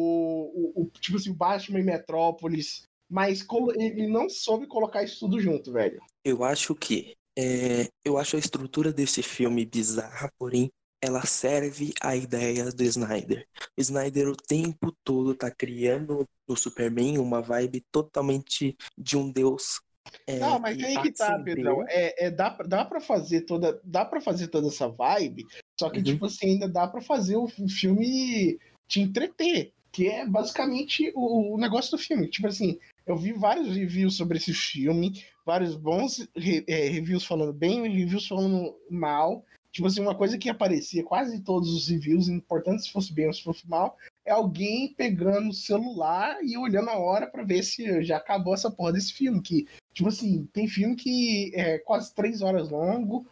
o, o, o- tipo assim, o Batman em Metrópolis. Mas colo- ele não soube colocar isso tudo junto, velho. Eu acho que é, eu acho a estrutura desse filme bizarra, porém ela serve à ideia do Snyder. O Snyder o tempo todo tá criando no Superman uma vibe totalmente de um deus Não, é, mas que aí que tá, Pedrão. ascendeu. É, é, dá, dá para fazer toda, dá para fazer toda essa vibe, só que Uhum. tipo assim, ainda dá para fazer o filme te entreter, que é basicamente o, o negócio do filme. Tipo assim, eu vi vários reviews sobre esse filme, vários bons re- é, reviews falando bem, reviews falando mal. Tipo assim, uma coisa que aparecia quase em todos os reviews, importante se fosse bem ou se fosse mal, é alguém pegando o celular e olhando a hora para ver se já acabou essa porra desse filme, que tipo assim, tem filme que é quase três horas longo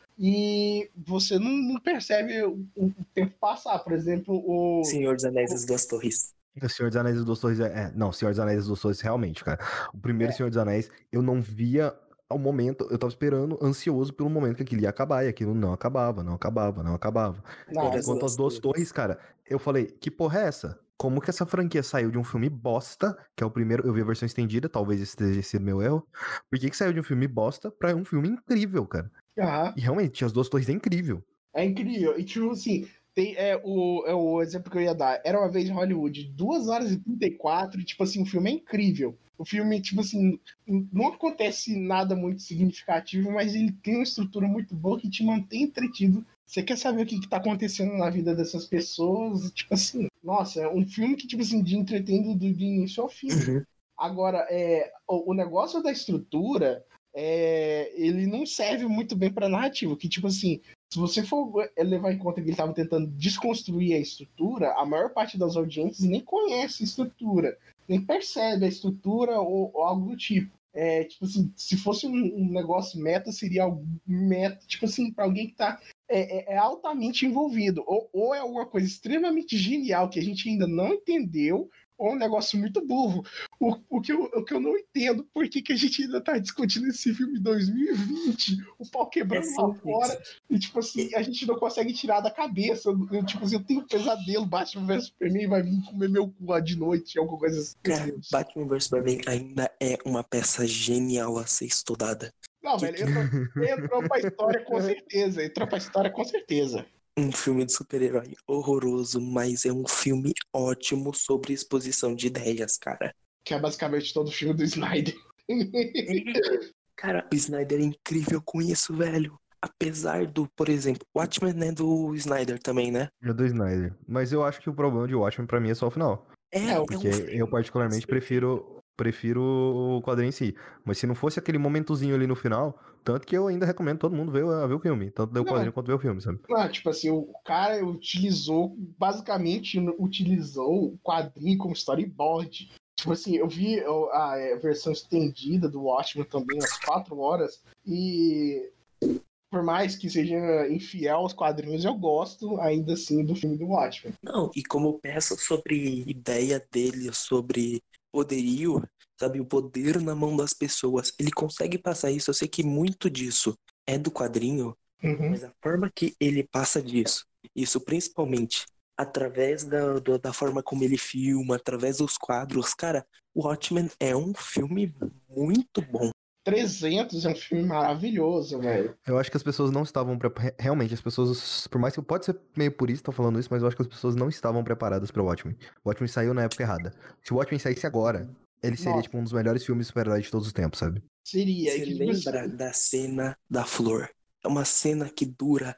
e você não, não percebe o, o tempo passar. Por exemplo, o, Senhor dos Anéis das Duas Torres. O Senhor dos Anéis e dos Torres é, é. Não, Senhor dos Anéis e dos Torres realmente, cara. O primeiro É. Senhor dos Anéis, eu não via ao momento, eu tava esperando, ansioso pelo momento que aquilo ia acabar, e aquilo não acabava, não acabava, não acabava. Não, Enquanto as duas torres, cara, eu falei, que porra é essa? Como que essa franquia saiu de um filme bosta, que é o primeiro, eu vi a versão estendida, talvez esse tenha sido meu erro. Por que que saiu de um filme bosta pra um filme incrível, cara? aham. E realmente, as duas torres é incrível. É incrível. E tipo assim, tem, é, o, é o exemplo que eu ia dar. Era uma vez em Hollywood, duas horas e trinta e quatro, e tipo assim, o filme é incrível. O filme, tipo assim, não acontece nada muito significativo, mas ele tem uma estrutura muito boa que te mantém entretido. Você quer saber o que, que tá acontecendo na vida dessas pessoas? Tipo assim, nossa, é um filme que, tipo assim, de entretendo do, de início ao fim. Uhum. Agora, é, o, o negócio da estrutura, é, ele não serve muito bem pra narrativa, que tipo assim, se você for levar em conta que ele estava tentando desconstruir a estrutura, a maior parte das audiências nem conhece a estrutura, nem percebe a estrutura ou, ou algo do tipo. É, tipo assim, se fosse um, um negócio meta, seria algo meta, tipo assim, para alguém que está é, é, é altamente envolvido. Ou, ou é alguma coisa extremamente genial que a gente ainda não entendeu, ou um negócio muito burro. O, o, que, eu, o que eu não entendo, por que, que a gente ainda tá discutindo esse filme em dois mil e vinte, o pau quebrando É lá simples. fora, e tipo assim, a gente não consegue tirar da cabeça. Eu, eu, tipo assim, eu tenho um pesadelo, Batman versus Superman vai vir comer meu cu lá de noite, alguma coisa assim. Cara, Batman versus. Superman ainda é uma peça genial a ser estudada. Não, Que- velho, entrou, entrou pra história com certeza. Entrou pra história com certeza. Um filme de super-herói horroroso, mas é um filme ótimo sobre exposição de ideias, cara. Que é basicamente todo o filme do Snyder. Cara, o Snyder é incrível com isso, velho. Apesar do, por exemplo, Watchmen é do Snyder também, né? É do Snyder. Mas eu acho que o problema de Watchmen pra mim é só o final. É, É, é um Porque filme eu particularmente prefiro prefiro o quadrinho em si. Mas se não fosse aquele momentozinho ali no final, tanto que eu ainda recomendo todo mundo ver, ver o filme. Tanto ler o Não, quadrinho quanto ver o filme, sabe? não, tipo assim, o cara utilizou, basicamente, utilizou o quadrinho como storyboard. Tipo assim, eu vi a, a versão estendida do Watchmen também, umas quatro horas, e por mais que seja infiel aos quadrinhos, eu gosto ainda assim do filme do Watchmen. Não, e como peça sobre ideia dele, sobre poderio, sabe, o poder na mão das pessoas, ele consegue passar isso. Eu sei que muito disso é do quadrinho, Uhum. mas a forma que ele passa disso, isso principalmente através da, do- da forma como ele filma, através dos quadros, cara, o Watchmen é um filme muito bom. trezentos é um filme maravilhoso, velho. Eu acho que as pessoas não estavam preparadas. Realmente, as pessoas, por mais que pode ser meio purista falando isso, mas eu acho que as pessoas não estavam preparadas para o Watchmen. O Watchmen saiu na época errada. Se o Watchmen saísse agora, ele seria Nossa, tipo um dos melhores filmes de super-herói de todos os tempos, sabe? seria. Você E que, tipo lembra assim, da cena da flor? É uma cena que dura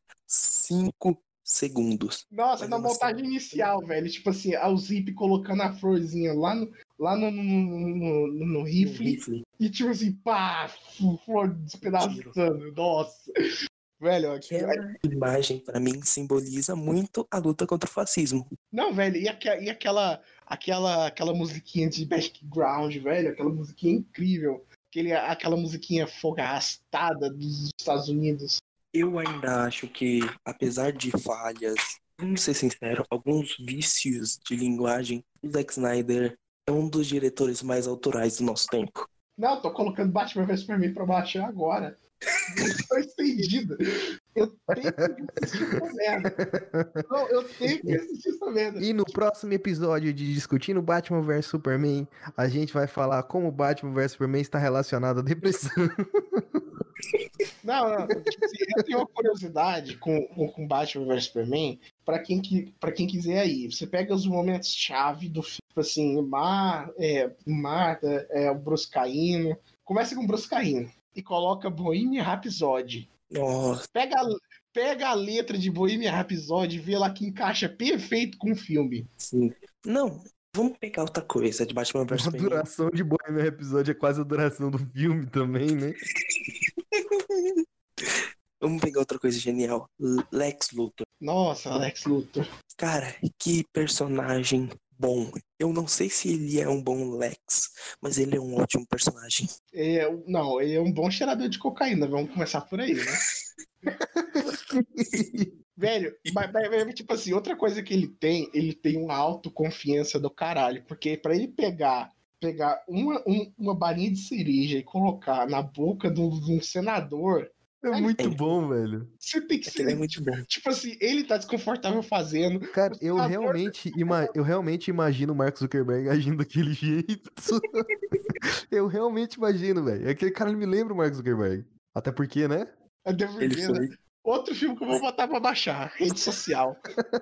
cinco segundos. nossa, Mas na é uma cena montagem inicial, velho. Tipo assim, a Zip colocando a florzinha lá no, lá no, no, no, no- no no rifle. rifle. E tipo assim, pá, flor despedaçando. Nossa. Velho, aquilo. Aquela imagem, pra mim, simboliza muito a luta contra o fascismo. Não, velho, e, aque- e aquela, aquela, aquela musiquinha de background, velho, aquela musiquinha incrível. Aquele, aquela musiquinha fogo arrastada dos Estados Unidos. Eu ainda acho que, apesar de falhas, vamos ser sinceros, alguns vícios de linguagem, o Zack Snyder é um dos diretores mais autorais do nosso tempo. Não, tô colocando Batman vs Superman pra baixar agora. Versão estendida. Eu tenho que assistir essa merda. Não, eu tenho que assistir essa merda. E no próximo episódio de Discutindo Batman versus Superman, a gente vai falar como Batman versus Superman está relacionado à depressão. Não, não. Tipo assim, eu tenho uma curiosidade com, com, com Batman vs Superman. Pra quem, que, pra quem quiser aí, você pega os momentos-chave do filme, tipo assim, Mar, é, Marta, é, o Bruce caindo. Começa com o Bruce caindo e coloca Bohemian Rhapsody. Nossa, Pega, a- pega a letra de Bohemian Rhapsody e vê lá que encaixa perfeito com o filme. sim. Não, vamos pegar outra coisa de Batman vs A Superman. duração de Bohemian Episódio é quase a duração do filme também, né? Vamos pegar outra coisa genial. Lex Luthor. Nossa, Alex Luthor. Cara, que personagem bom. Eu não sei se ele é um bom Lex, mas ele é um ótimo personagem. É, não, ele é um bom cheirador de cocaína, vamos começar por aí, né? Velho, mas, mas, tipo assim, outra coisa que ele tem, ele tem uma autoconfiança do caralho, porque pra ele pegar, pegar uma, um, uma balinha de cereja e colocar na boca de um, de um senador, É aí muito É, bom, velho. você tem que é que ele é ser, muito tipo, bom. tipo assim, ele tá desconfortável fazendo, Cara, o eu senador, realmente, ima- eu realmente imagino o Mark Zuckerberg agindo daquele jeito. Eu realmente imagino, velho. Aquele cara me lembra o Mark Zuckerberg. Até porque, né? até Ele porque, né? foi. Outro filme que eu vou botar pra baixar, rede social.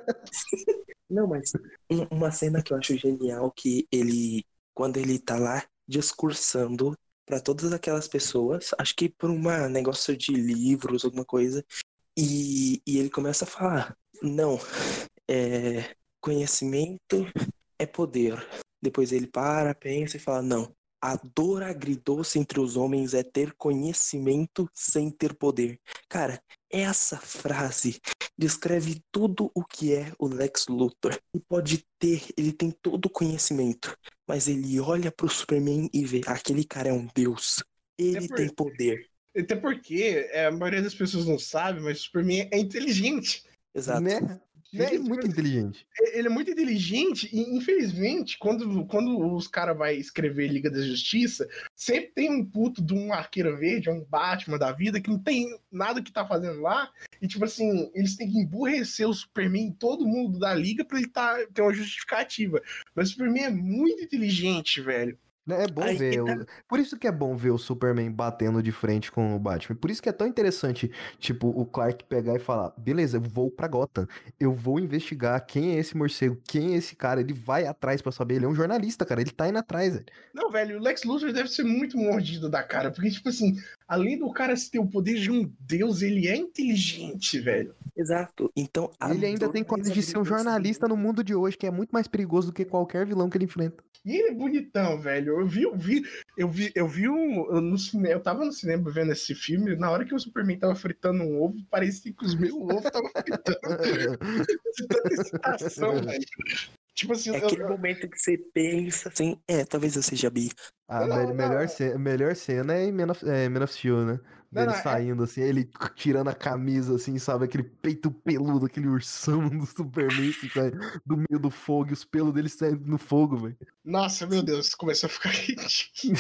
Não, mas um- uma cena que eu acho genial que ele, quando ele tá lá discursando pra todas aquelas pessoas, acho que por um negócio de livros, alguma coisa, e, e ele começa a falar, não, é, conhecimento é poder. Depois ele para, pensa e fala, não, a dor agridoce entre os homens é ter conhecimento sem ter poder. Cara, essa frase descreve tudo o que é o Lex Luthor. Ele pode ter, ele tem todo o conhecimento, mas ele olha pro Superman e vê, aquele cara é um deus. Ele Até, tem por, poder. até porque é, a maioria das pessoas não sabe, mas o Superman é inteligente. Exato. Né? Né? Ele é muito inteligente. Ele é muito inteligente e, infelizmente, quando, quando os caras vão escrever Liga da Justiça, sempre tem um puto de um Arqueiro Verde, um Batman da vida, que não tem nada que tá fazendo lá. E, tipo assim, eles têm que emburrecer o Superman e todo mundo da Liga pra ele tá, ter uma justificativa. Mas o Superman é muito inteligente, velho. Né, é bom Aí que ver. tá. o- Por isso que é bom ver o Superman batendo de frente com o Batman. Por isso que é tão interessante, tipo, o Clark pegar e falar: beleza, eu vou pra Gotham. Eu vou investigar quem é esse morcego, quem é esse cara. Ele vai atrás pra saber. Ele é um jornalista, cara. Ele tá indo atrás, velho. Não, velho, o Lex Luthor deve ser muito mordido da cara, porque, tipo assim, além do cara ter o poder de um deus, ele é inteligente, velho. Exato. Então E a ele ainda dor tem mais coragem de ser um agridoce do jornalista no mundo. mundo de hoje, que é muito mais perigoso do que qualquer vilão que ele enfrenta. E ele é bonitão, velho. Eu vi, eu vi, eu vi, eu vi um, eu no cinema, eu tava no cinema vendo esse filme, na hora que o Superman tava fritando um ovo, parecia que os meus ovos tava fritando de tanta excitação, velho. Tipo assim, É eu, aquele eu, momento que você pensa assim, é, talvez eu seja bi. A me- não, melhor, não, ce- melhor cena é em Man of, é, Man of Steel, né? não, Dele não, é, saindo assim, ele tirando a camisa, assim, sabe? Aquele peito peludo, aquele ursão do Superman, assim, sai do meio do fogo, e os pelos dele saindo no fogo, velho. nossa, meu Deus, começou a ficar ridículo.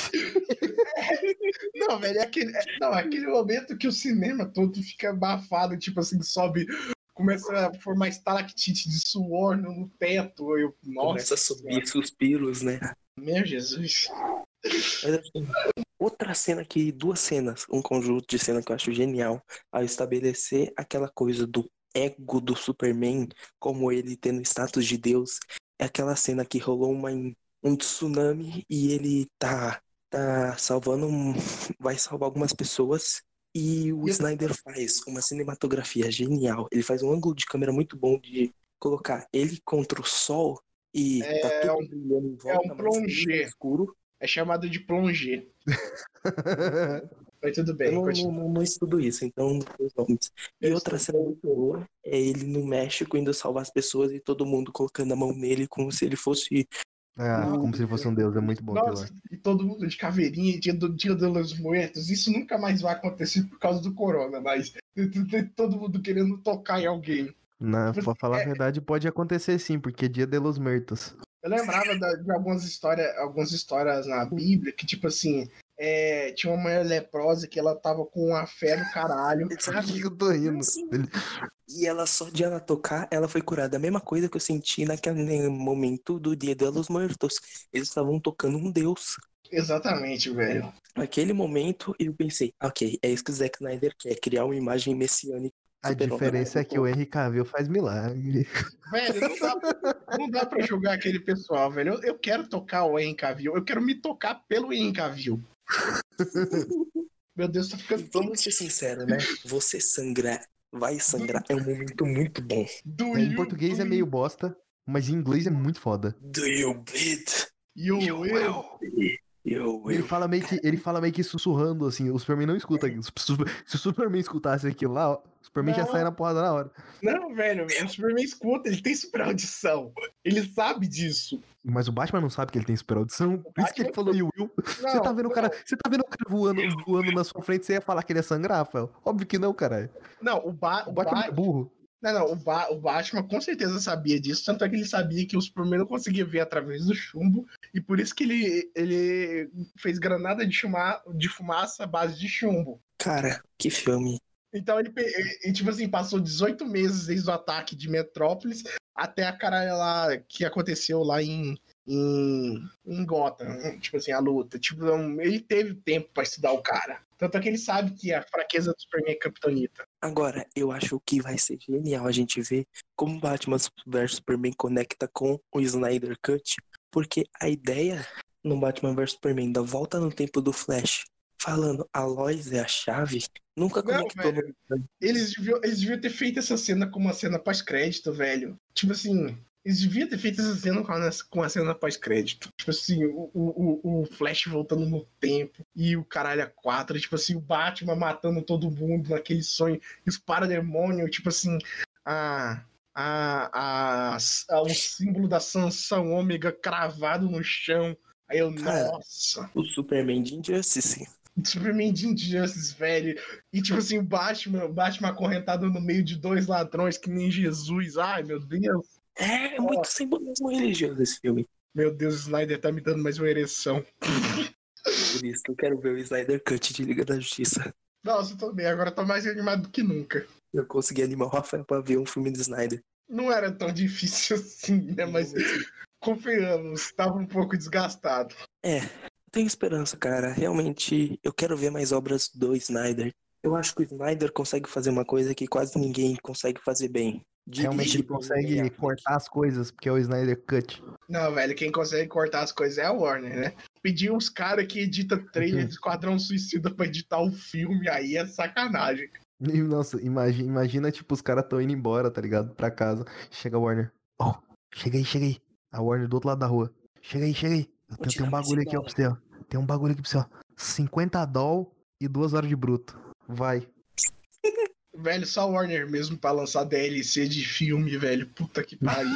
Não, velho, é aquele, é, não, é aquele momento que o cinema todo fica abafado, tipo assim, sobe, começa a formar estalactite de suor no, no teto. Eu, Começa nossa a senhora, subir suspiros, né? meu Jesus. Mas assim, outra cena que, duas cenas, um conjunto de cena que eu acho genial, ao estabelecer aquela coisa do ego do Superman, como ele tendo status de Deus, é aquela cena que rolou uma, um tsunami e ele tá, tá salvando, um, vai salvar algumas pessoas. E o E, Snyder faz uma cinematografia genial. Ele faz um ângulo de câmera muito bom de colocar ele contra o sol e tá é, tudo um, brilhando em é um volta, mas ele tá plongé, escuro. é chamado de plongé. Mas tudo Eu bem, não, não, continua. não, não estudo isso, então não sei os nomes. E Eu outra estou... cena muito boa é ele no México indo salvar as pessoas e todo mundo colocando a mão nele como se ele fosse Ah, o. como se ele fosse um deus, é muito bom aquilo Nossa, lá. e todo mundo de caveirinha, dia do Dia dos Muertos. Isso nunca mais vai acontecer por causa do corona, mas todo mundo querendo tocar em alguém. Na, Tipo assim, pra falar a é, verdade, pode acontecer sim, porque é Dia de los Muertos. eu lembrava da- de algumas histórias, algumas histórias na Bíblia que, tipo assim, é, tinha uma mulher leprosa que ela tava com a fé do caralho. Por que eu tô rindo? Sim. Ele- E ela só de ela tocar, ela foi curada. A mesma coisa que eu senti naquele momento do Dia de los Muertos. Eles estavam tocando um deus. Exatamente, velho. Naquele momento eu pensei, ok, é isso que o Zack Snyder quer, criar uma imagem messiânica do A super-homem. diferença é que o Henry Cavill faz milagre. Velho, não dá, não dá pra julgar aquele pessoal, velho. Eu, eu quero tocar o Henry Cavill. Eu quero me tocar pelo Henry Cavill. Meu Deus, tá ficando E vamos ser sinceros, né? Você sangrar, vai sangrar, é um momento muito bom. Do Em you português é meio bosta, mas em inglês é muito foda. Do you bleed? You You will. will. You E ele will. fala meio que, ele fala meio que sussurrando, assim, o Superman não escuta. Se o Superman escutasse aquilo lá, ó, o Superman já sai Não, na porrada na hora. não, velho. O Superman escuta, ele tem super audição. Ele sabe disso. Mas o Batman não sabe que ele tem super audição. O Por isso que ele Batman- falou Will Will. Você Não, tá vendo o não. cara. Você tá vendo o cara voando, voando na sua frente, você ia falar que ele ia sangrar, Rafael? Óbvio que não, caralho. Não, o, ba O o Batman é Batman. burro. Não, não, o, ba o Batman com certeza sabia disso, tanto é que ele sabia que o Superman não conseguia ver através do chumbo, e por isso que ele, ele fez granada de, chuma de fumaça à base de chumbo. Cara, que filme. Então ele, ele, tipo assim, passou dezoito meses desde o ataque de Metrópolis até a caralho lá que aconteceu lá em, em, em Gotham, tipo assim, a luta. Tipo, ele teve tempo pra estudar o cara. Tanto é que ele sabe que a fraqueza do Superman é Kryptonita. Agora, eu acho que vai ser genial a gente ver como Batman versus Superman conecta com o Snyder Cut, porque a ideia no Batman versus Superman da volta no tempo do Flash, falando a Lois é a chave, nunca Não, conectou. velho. Eles deviam, eles deviam ter feito essa cena como uma cena pós-crédito, velho. Tipo assim, eles deviam ter feito essa cena com a, com a cena pós-crédito. Tipo assim, o, o, o Flash voltando no tempo e o caralho a quatro. Tipo assim, o Batman matando todo mundo naquele sonho. E os parademônios, tipo assim, a, a, a, a, o símbolo da Sansão Ômega cravado no chão. Aí eu, Cara, nossa. o Superman de Injustice. Superman de Injustice, velho. E tipo assim, o Batman, o Batman acorrentado no meio de dois ladrões que nem Jesus. Ai, meu Deus. É, é muito simbolismo religioso esse filme. Meu Deus, o Snyder tá me dando mais uma ereção. Por isso que eu quero ver o Snyder Cut de Liga da Justiça. Nossa, eu tô bem, agora eu tô mais animado do que nunca. Eu consegui animar o Rafael pra ver um filme do Snyder. Não era tão difícil assim, né? Mas confiamos, tava um pouco desgastado. É, tenho esperança, cara. Realmente, eu quero ver mais obras do Snyder. Eu acho que o Snyder consegue fazer uma coisa que quase ninguém consegue fazer bem. Realmente ele Dirigir consegue cortar as coisas, porque é o Snyder Cut. Não, velho, quem consegue cortar as coisas é a Warner, né? Pedir uns caras que edita trailer de Esquadrão Suicida pra editar o filme, aí é sacanagem. E, nossa, imagina, imagina, tipo, os caras tão indo embora, tá ligado? Pra casa. Chega a Warner. Oh, chega aí, chega aí. A Warner do outro lado da rua. Chega aí, chega aí. Eu tenho, tem um bagulho aqui, ó, pra você, ó. Tem um bagulho aqui pra você, ó. cinquenta doll e duas horas de bruto. Vai. Velho, só Warner mesmo pra lançar D L C de filme, velho. Puta que pariu.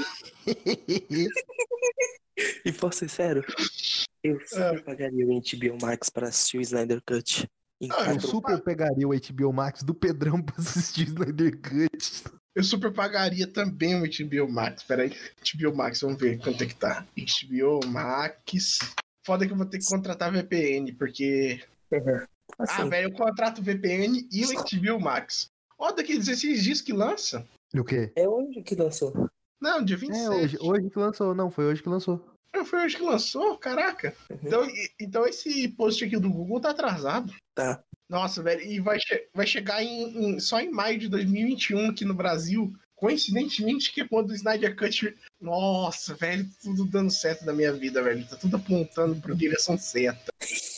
E posso ser sério? Eu super pagaria o H B O Max pra assistir o Snyder Cut. Em Ah, Eu quatro... super pegaria o H B O Max do Pedrão pra assistir Snyder Cut. Eu super pagaria também o H B O Max. Peraí, H B O Max, vamos ver quanto é que tá. H B O Max. Foda que eu vou ter que contratar V P N, porque. Assim, Ah, velho, eu contrato o V P N e o H B O Max. Ó, daqui dezesseis dias que lança. O quê? é hoje que lançou. Não, dia vinte e sete. É, hoje, hoje que lançou. Não, foi hoje que lançou. Não, foi hoje que lançou? Caraca. Uhum. Então, e- então esse post aqui do Google tá atrasado. Tá. Nossa, velho, e vai, che vai chegar em, em- só em maio de dois mil e vinte e um aqui no Brasil. Coincidentemente, que é quando o Snyder Cut. Nossa, velho, tudo dando certo na minha vida, velho. Tá tudo apontando pra direção certa.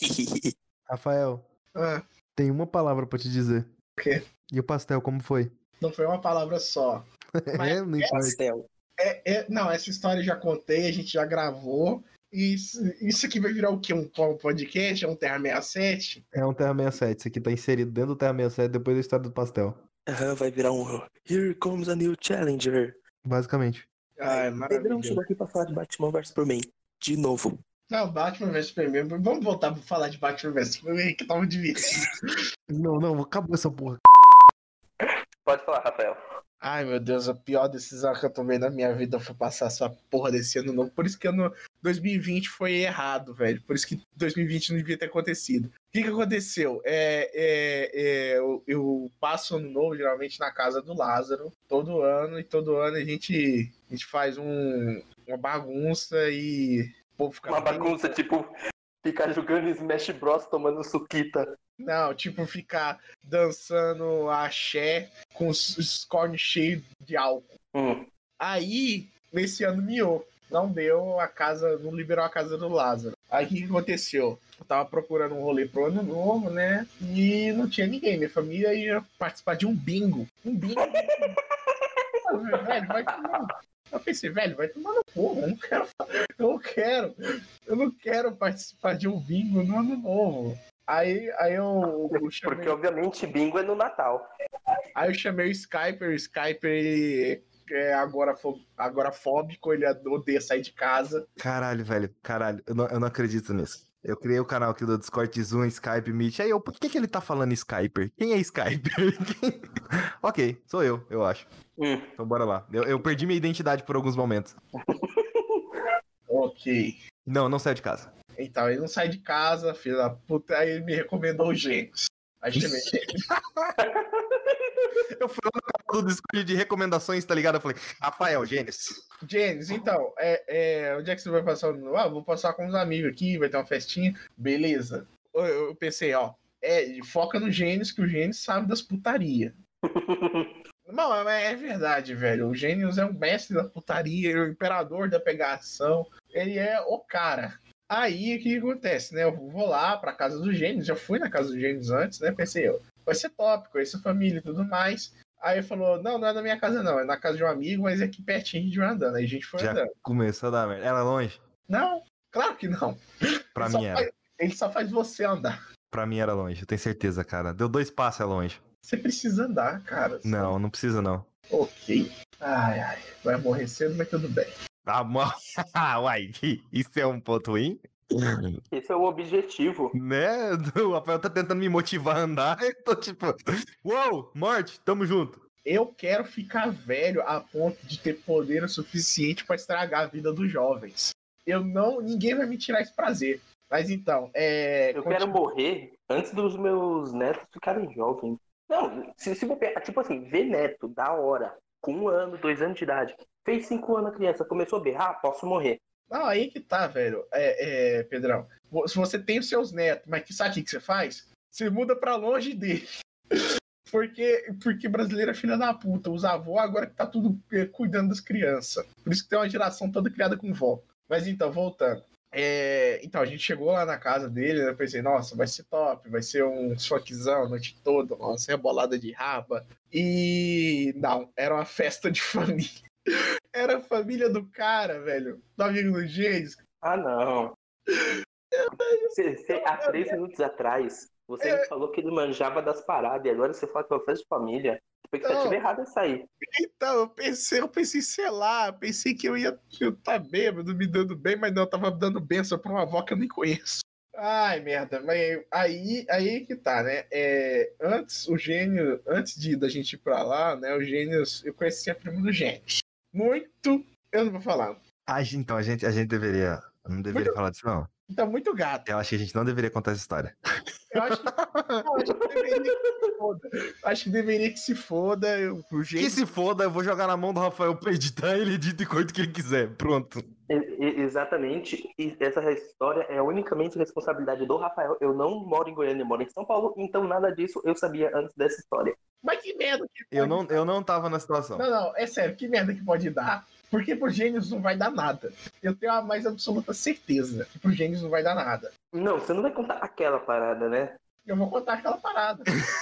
Rafael, Ah, tem uma palavra pra te dizer. O quê? E o pastel, como foi? não foi uma palavra só. Mas É, não importa. Pastel. É, é, não, essa história eu já contei, a gente já gravou. Isso, isso aqui vai virar o quê? Um podcast? É um Terra sessenta e sete? É um Terra sessenta e sete. Isso aqui tá inserido dentro do Terra sessenta e sete depois da história do pastel. Aham, vai virar um Here comes a new challenger. Basicamente. Ai, Pedrão maravilha. chegou aqui pra falar de Batman versus Superman. De novo. Não, Batman versus Superman. Vamos voltar pra falar de Batman versus Superman, que tava divertido. Não, não, acabou essa porra. Pode falar, Rafael. Ai, meu Deus, a pior decisão que eu tomei na minha vida foi passar essa porra desse ano novo. Por isso que ano dois mil e vinte foi errado, velho. Por isso que dois mil e vinte não devia ter acontecido. O que que aconteceu? É, é, é, eu, eu passo ano novo, geralmente, na casa do Lázaro, todo ano, e todo ano a gente, a gente faz um, uma bagunça e o povo fica Uma bem- bagunça, tipo, ficar jogando Smash Bros, tomando suquita. Não, tipo, ficar dançando axé com os, os cornes cheios de álcool. Hum. Aí, nesse ano miou. Não deu a casa, não liberou a casa do Lázaro. Aí o que que aconteceu? Eu tava procurando um rolê pro ano novo, né? E não tinha ninguém. Minha família ia participar de um bingo. Um bingo. Eu falei, velho, vai tomar. Eu pensei, velho, vai tomar no cu. Eu não quero. Eu não quero. Eu não quero participar de um bingo no ano novo. Aí, aí eu, eu chamei. Porque, obviamente, bingo é no Natal. Aí eu chamei o Skyper, o Skyper ele é agorafo- agorafóbico, ele odeia sair de casa. Caralho, velho, caralho, eu não, eu não acredito nisso. Eu criei o canal aqui do Discord, Zoom, Skype, Meet. Aí eu, por que, que ele tá falando Skyper? Quem é Skyper? Ok, sou eu, eu acho. Hum. Então bora lá. Eu, eu perdi minha identidade por alguns momentos. Ok. Não, não saio de casa. Então, ele não sai de casa, filho da puta, aí ele me recomendou o Gênios. Aí chamei ele. Eu fui lá no canal do Discord de recomendações, tá ligado? Eu falei, Rafael, Gênesis. Gênios, então, é, é, onde é que você vai passar? Ah, vou passar com uns amigos aqui, vai ter uma festinha. Beleza. Eu, eu pensei, ó, é, foca no Gênios, que o Gênios sabe das putaria. Não, mas é verdade, velho. O Gênios é um mestre da putaria, ele é o imperador da pegação. Ele é o cara. Aí, o que acontece, né? Eu vou lá pra casa do Gênios, já fui na casa do Gênios antes, né? Pensei, ó, vai ser top, conheço a família e tudo mais. Aí ele falou, não, não é na minha casa não, é na casa de um amigo, mas é aqui pertinho a gente vai andando. Aí a gente foi Já andando. começou a dar merda. Ela é longe? Não, claro que não. Pra ele, mim só era. faz, ele só faz você andar. Pra mim era longe, eu tenho certeza, cara. Deu dois passos, é longe. Você precisa andar, cara. Só... Não, não precisa não. Ok. Ai, ai. Vai morrer cedo, mas tudo bem. Ah, mo- uai, isso é um ponto ruim? Esse é o objetivo. Né? O Rafael tá tentando me motivar a andar. Eu tô tipo, uou, morte, tamo junto. Eu quero ficar velho a ponto de ter poder o suficiente pra estragar a vida dos jovens. Eu não, ninguém vai me tirar esse prazer. Mas então, é. Eu continu- quero morrer antes dos meus netos ficarem jovens. Não, se, se você, tipo assim, ver neto, da hora, com um ano, dois anos de idade, fez cinco anos a criança, começou a berrar, posso morrer. Não, aí que tá, velho. É, é, Pedrão. Se você tem os seus netos, mas que sabe o que que você faz? Você muda pra longe dele. Porque, porque brasileiro é filha da puta. Os avós agora que tá tudo é, cuidando das crianças. Por isso que tem uma geração toda criada com vó. Mas então, voltando. É, então, a gente chegou lá na casa dele, né? Eu pensei, nossa, vai ser top, vai ser um funkzão a noite toda, nossa, rebolada de raba. E não, era uma festa de família. Era a família do cara, velho, do amigo do Gênesis. Ah, não. Você, você, há três minutos atrás, você me falou que ele manjava das paradas, e agora você fala que é uma festa de família. Expectativa Não. errada essa aí. Então, eu pensei, eu pensei, sei lá, pensei que eu ia estar bêbado, me dando bem, mas não, eu tava dando benção pra uma avó que eu nem conheço. Ai, merda, mas aí, aí que tá, né? É, antes, o gênio, antes de da gente ir pra lá, né? O gênio, eu conheci a prima do gênio. Muito, eu não vou falar. Ah, então a gente, a gente deveria. Não deveria Muito- falar disso, não. Então, muito gato. Eu acho que a gente não deveria contar essa história. Eu acho que, não, acho que deveria que se foda. Acho que deveria que se foda. Eu, o Que gênio, se foda, eu vou jogar na mão do Rafael pra editar, ele edita e corta o que ele quiser. Pronto. E- e- exatamente. E essa história é unicamente responsabilidade do Rafael. Eu não moro em Goiânia, eu moro em São Paulo, então nada disso eu sabia antes dessa história. mas que merda que pode Eu não, eu não tava na situação. Não, não, é sério, que merda que pode dar? Porque pro Gênios não vai dar nada. Eu tenho a mais absoluta certeza que pro Gênios não vai dar nada. Não, você não vai contar aquela parada, né? Eu vou contar aquela parada.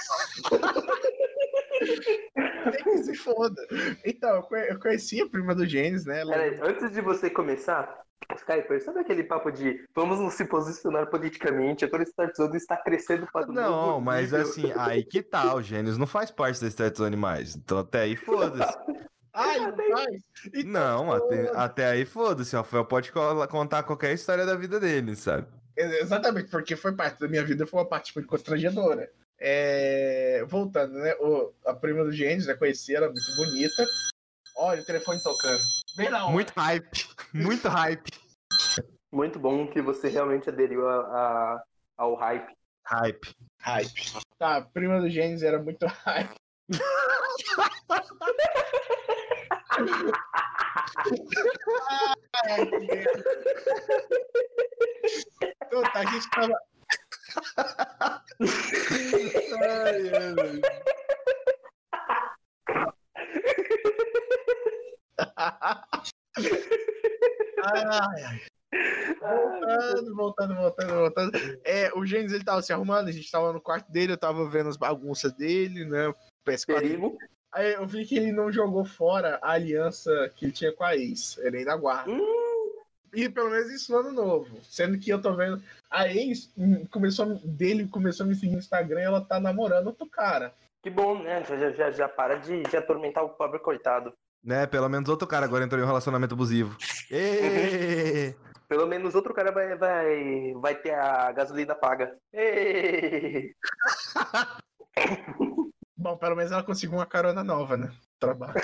Tem que se foda. Então, eu conhe- eu conheci a prima do Gênios, né? Ela- Peraí, antes de você começar, Skyper, sabe aquele papo de vamos nos se posicionar politicamente, a Torre Start Zone está crescendo para o Não, novo mas nível. assim, aí que tá, o Gênios não faz parte da história dos animais. Então até aí foda-se. Ah, ele não faz? Então, Não, até, foda. até aí foda-se. O Rafael pode co- contar qualquer história da vida dele, sabe? Exatamente, porque foi parte da minha vida, foi uma parte muito constrangedora. É, voltando, né? O, a prima do Gênios, né? Conheci ela, muito bonita. Olha o telefone tocando. Bem na hora. Muito hype, muito hype. Muito bom que você realmente aderiu a, a- ao hype. Hype. Hype. Tá, a prima do Gênesis era muito hype. Ai, que merda. Então, tá, a gente tava. Ai, ai, ai. Ai, ai. Voltando, voltando, voltando, voltando. É, o Gênesis ele tava se arrumando, a gente tava no quarto dele, eu tava vendo as bagunças dele, né? P S quatro. Perigo. Aí eu vi que ele não jogou fora a aliança que ele tinha com a ex. Ele ainda guarda. Hum, E pelo menos isso no ano novo. Sendo que eu tô vendo. A ex hum, começou a- dele começou a me seguir no Instagram e ela tá namorando outro cara. que bom, né? Já, já, já para de, de atormentar o pobre coitado. Né, pelo menos outro cara agora entrou em um relacionamento abusivo. Ê! Pelo menos outro cara vai, vai, vai ter a gasolina paga. Ei! Bom, pelo menos ela conseguiu uma carona nova, né? Trabalho.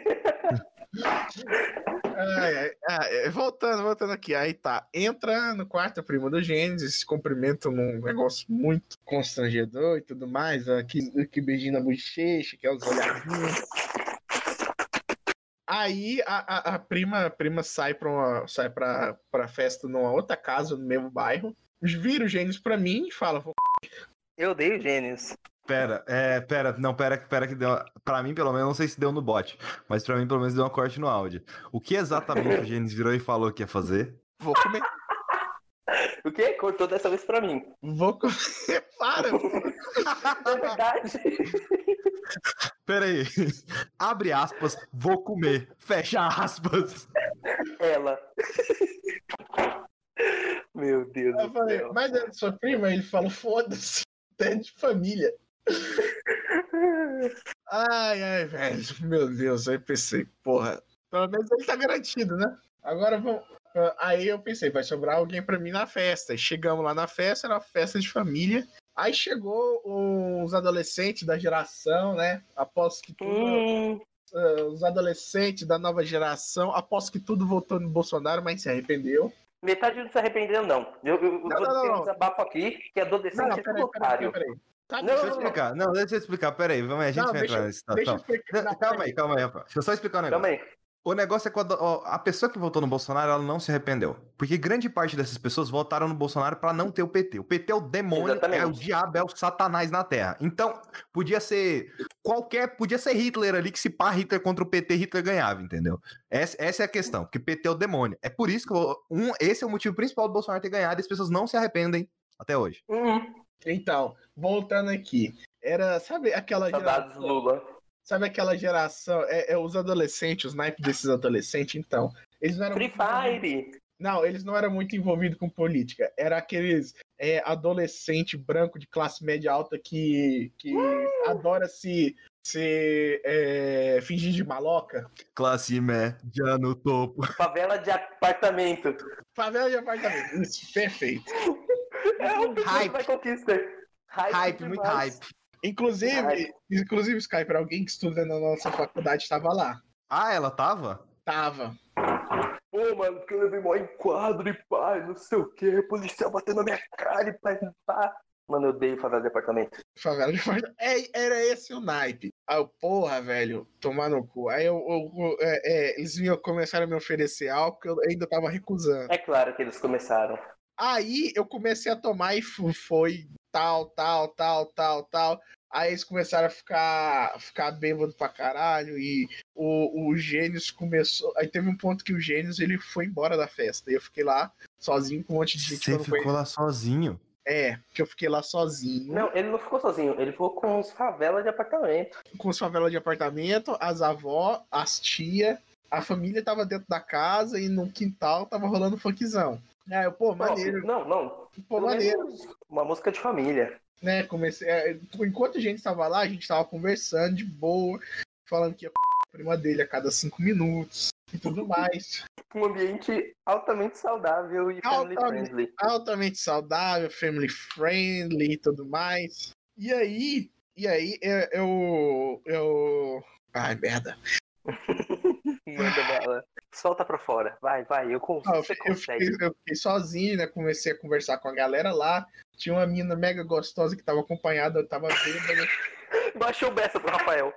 Ai, ai, ah, é, voltando, voltando aqui. Aí tá. Entra no quarto a prima do Gênesis, se cumprimentam num negócio muito constrangedor e tudo mais. Aqui, que beijinho na bochecha, que é os olhadinhos. Aí a, a, a prima, a prima sai pra uma, sai pra, pra festa numa outra casa no mesmo bairro. Vira o Gênesis pra mim e fala: "Vou Eu odeio gênios. Pera, é, pera, não, pera, pera que deu. Pra mim, pelo menos, não sei se deu no bot, mas pra mim, pelo menos, deu uma corte no áudio. O que exatamente o Gênesis virou e falou que ia fazer? Vou comer. O quê? Cortou dessa vez pra mim. Vou comer. Para! É verdade. Pera aí. Abre aspas, vou comer. Fecha aspas. Ela. Meu Deus Eu do falei, céu. mas é sua prima? Ele falou: foda-se, é de família. Ai, ai, velho, meu Deus. Aí pensei, porra, pelo menos ele tá garantido, né? Agora vamos. Aí eu pensei, vai sobrar alguém pra mim na festa. E chegamos lá na festa, era uma festa de família. Aí chegou os adolescentes da geração, né? Aposto que tudo. Hum, uh, os adolescentes da nova geração. Aposto que tudo votou no Bolsonaro, mas se arrependeu. metade não se arrependeu, não. Eu, eu Não, vou não, ter não. um desabafo aqui, que adolescente Não, não, é tudo peraí, peraí, otário. peraí. Sabe, Não, Deixa eu não, não. explicar. Não, deixa eu explicar. Pera aí, vamos aí, a gente Não, vai deixa, entrar nessa deixa eu situação. explicar. Não, Não, calma peraí. aí, calma aí, rapaz. Deixa eu só explicar um negócio. Calma aí. O negócio é quando ó, a pessoa que votou no Bolsonaro, ela não se arrependeu. Porque grande parte dessas pessoas votaram no Bolsonaro pra não ter o P T. O P T é o demônio, Exatamente. é o diabo, é o satanás na Terra. Então, podia ser qualquer, podia ser Hitler ali, que se pá Hitler contra o P T, Hitler ganhava, entendeu? Essa, essa é a questão, porque P T é o demônio. É por isso que eu- um, esse é o motivo principal do Bolsonaro ter ganhado e as pessoas não se arrependem até hoje. Hum, Então, voltando aqui. Era, sabe aquela saudades geração. Lula. Sabe aquela geração. É, é os adolescentes, os naipes desses adolescentes, então. Eles não eram Free muito envolvidos- Fire. Não, eles não eram muito envolvidos com política. Era aqueles é, adolescente branco de classe média alta que, que adora se, se é, fingir de maloca. Classe média no topo. Favela de apartamento. Favela de apartamento. Isso, perfeito. É o pessoal Hype. que vai conquista. Hype, Hype, muito demais. hype. Inclusive, Ai. inclusive, Skype, alguém que estuda na nossa faculdade estava lá. Ah, ela tava? Tava. Pô, mano, porque eu levei mó enquadro e pai, não sei o que, policial batendo na minha cara e pai, pá. Mano, eu odeio favela de apartamento. Favela de apartamento. É, era esse o naipe. Aí eu, porra, velho, tomar no cu. Aí eu, eu- eu- é, é, eles vinham, começaram a me oferecer álcool, eu ainda tava recusando. É claro que eles começaram. Aí eu comecei a tomar e fu- foi tal, tal, tal, tal, tal. Aí eles começaram a ficar, ficar bêbado pra caralho e o, o Gênios começou... Aí teve um ponto que o Gênios ele foi embora da festa. E eu fiquei lá sozinho com um monte de gente que eu Você não ficou conhecia. lá sozinho. É, que eu fiquei lá sozinho. Não, ele não ficou sozinho, ele ficou com os favelas de apartamento. Com as favelas de apartamento, as avós, as tia, a família tava dentro da casa e no quintal tava rolando funkzão. Aí eu, pô, maneiro, Não, não. pô, Pelo maneiro. menos uma música de família. Né, comecei, é, enquanto a gente tava lá, a gente tava conversando de boa, falando que ia a prima dele a cada cinco minutos e tudo mais. Um ambiente altamente saudável e family Altamente, friendly. altamente saudável, family friendly e tudo mais. E aí, e aí eu, eu, eu... Ai, merda. Manda bala. Solta pra fora. Vai, vai. Eu consigo. Não, eu, Você fiquei, consegue. eu fiquei sozinho, né? Comecei a conversar com a galera lá. Tinha uma mina mega gostosa que tava acompanhada, eu tava bêbada. Baixou o beça pro Rafael.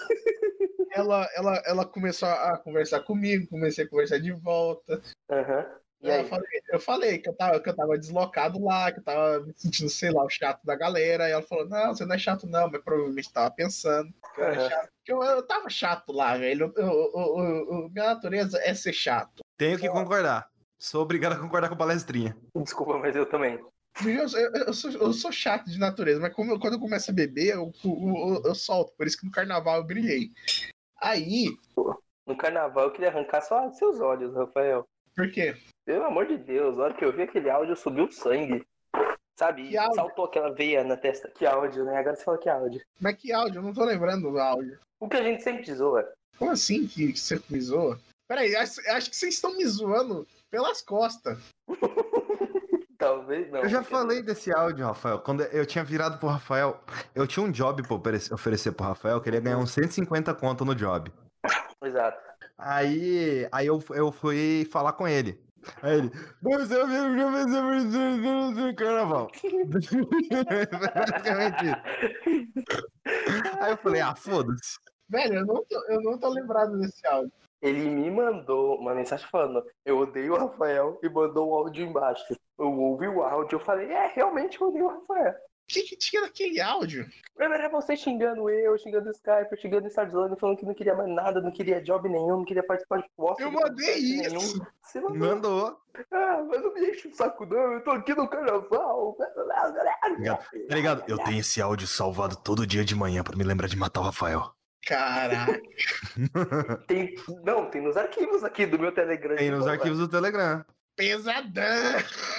Ela, ela, ela começou a conversar comigo, comecei a conversar de volta. Aham. E Eu aí? falei, eu falei que eu, tava, que eu tava deslocado lá, que eu tava me sentindo, sei lá, o chato da galera. E ela falou, não, você não é chato não, mas provavelmente tava pensando que eu era Aham. chato. Que eu, eu tava chato lá, velho. Eu, eu, eu- eu- minha natureza é ser chato. Tenho que concordar. Sou obrigado a concordar com a palestrinha. Desculpa, mas eu também. Eu, eu- eu sou, eu sou chato de natureza, mas como eu- quando eu começo a beber, eu, eu, eu- eu solto. Por isso que no carnaval eu brilhei. Aí, No carnaval eu queria arrancar só seus olhos, Rafael. por quê? Pelo amor de Deus, a hora que eu vi aquele áudio, subiu o sangue. Sabe? Que áudio? Saltou aquela veia na testa. Que áudio, né? Agora você fala que áudio. Mas que áudio? Eu não tô lembrando do áudio. O que a gente sempre zoa. Como assim que você me zoa? Peraí, acho, acho que vocês estão me zoando pelas costas. Talvez não. Eu já quer falei dizer. desse áudio, Rafael. Quando eu tinha virado pro Rafael, eu tinha um job pra oferecer- oferecer pro Rafael, eu queria ganhar uns cento e cinquenta conto no job. Exato. Aí, aí eu, eu fui falar com ele. Aí ele, você é meu do carnaval. Basicamente isso. Aí eu falei, ah, foda-se. Velho, eu não, tô, eu não tô lembrado desse áudio. Ele me mandou uma mensagem falando, eu odeio o Rafael, e mandou um áudio embaixo. Eu ouvi o áudio, eu falei, é, realmente eu odeio o Rafael. O que, que tinha naquele áudio? Era você xingando eu, xingando o Skype, xingando o Starzone, falando que não queria mais nada, não queria job nenhum, não queria participar de posta. Eu mandei isso. Nenhum. Você mandou. Mandou. Ah, mas não me enche o saco não, eu tô aqui no carnaval. Tá ligado? Tá ligado? Eu tenho esse áudio salvado todo dia de manhã pra me lembrar de matar o Rafael. Caraca. Tem, não, tem nos arquivos aqui do meu Telegram. Tem de nos boa. arquivos do Telegram. Pesadão.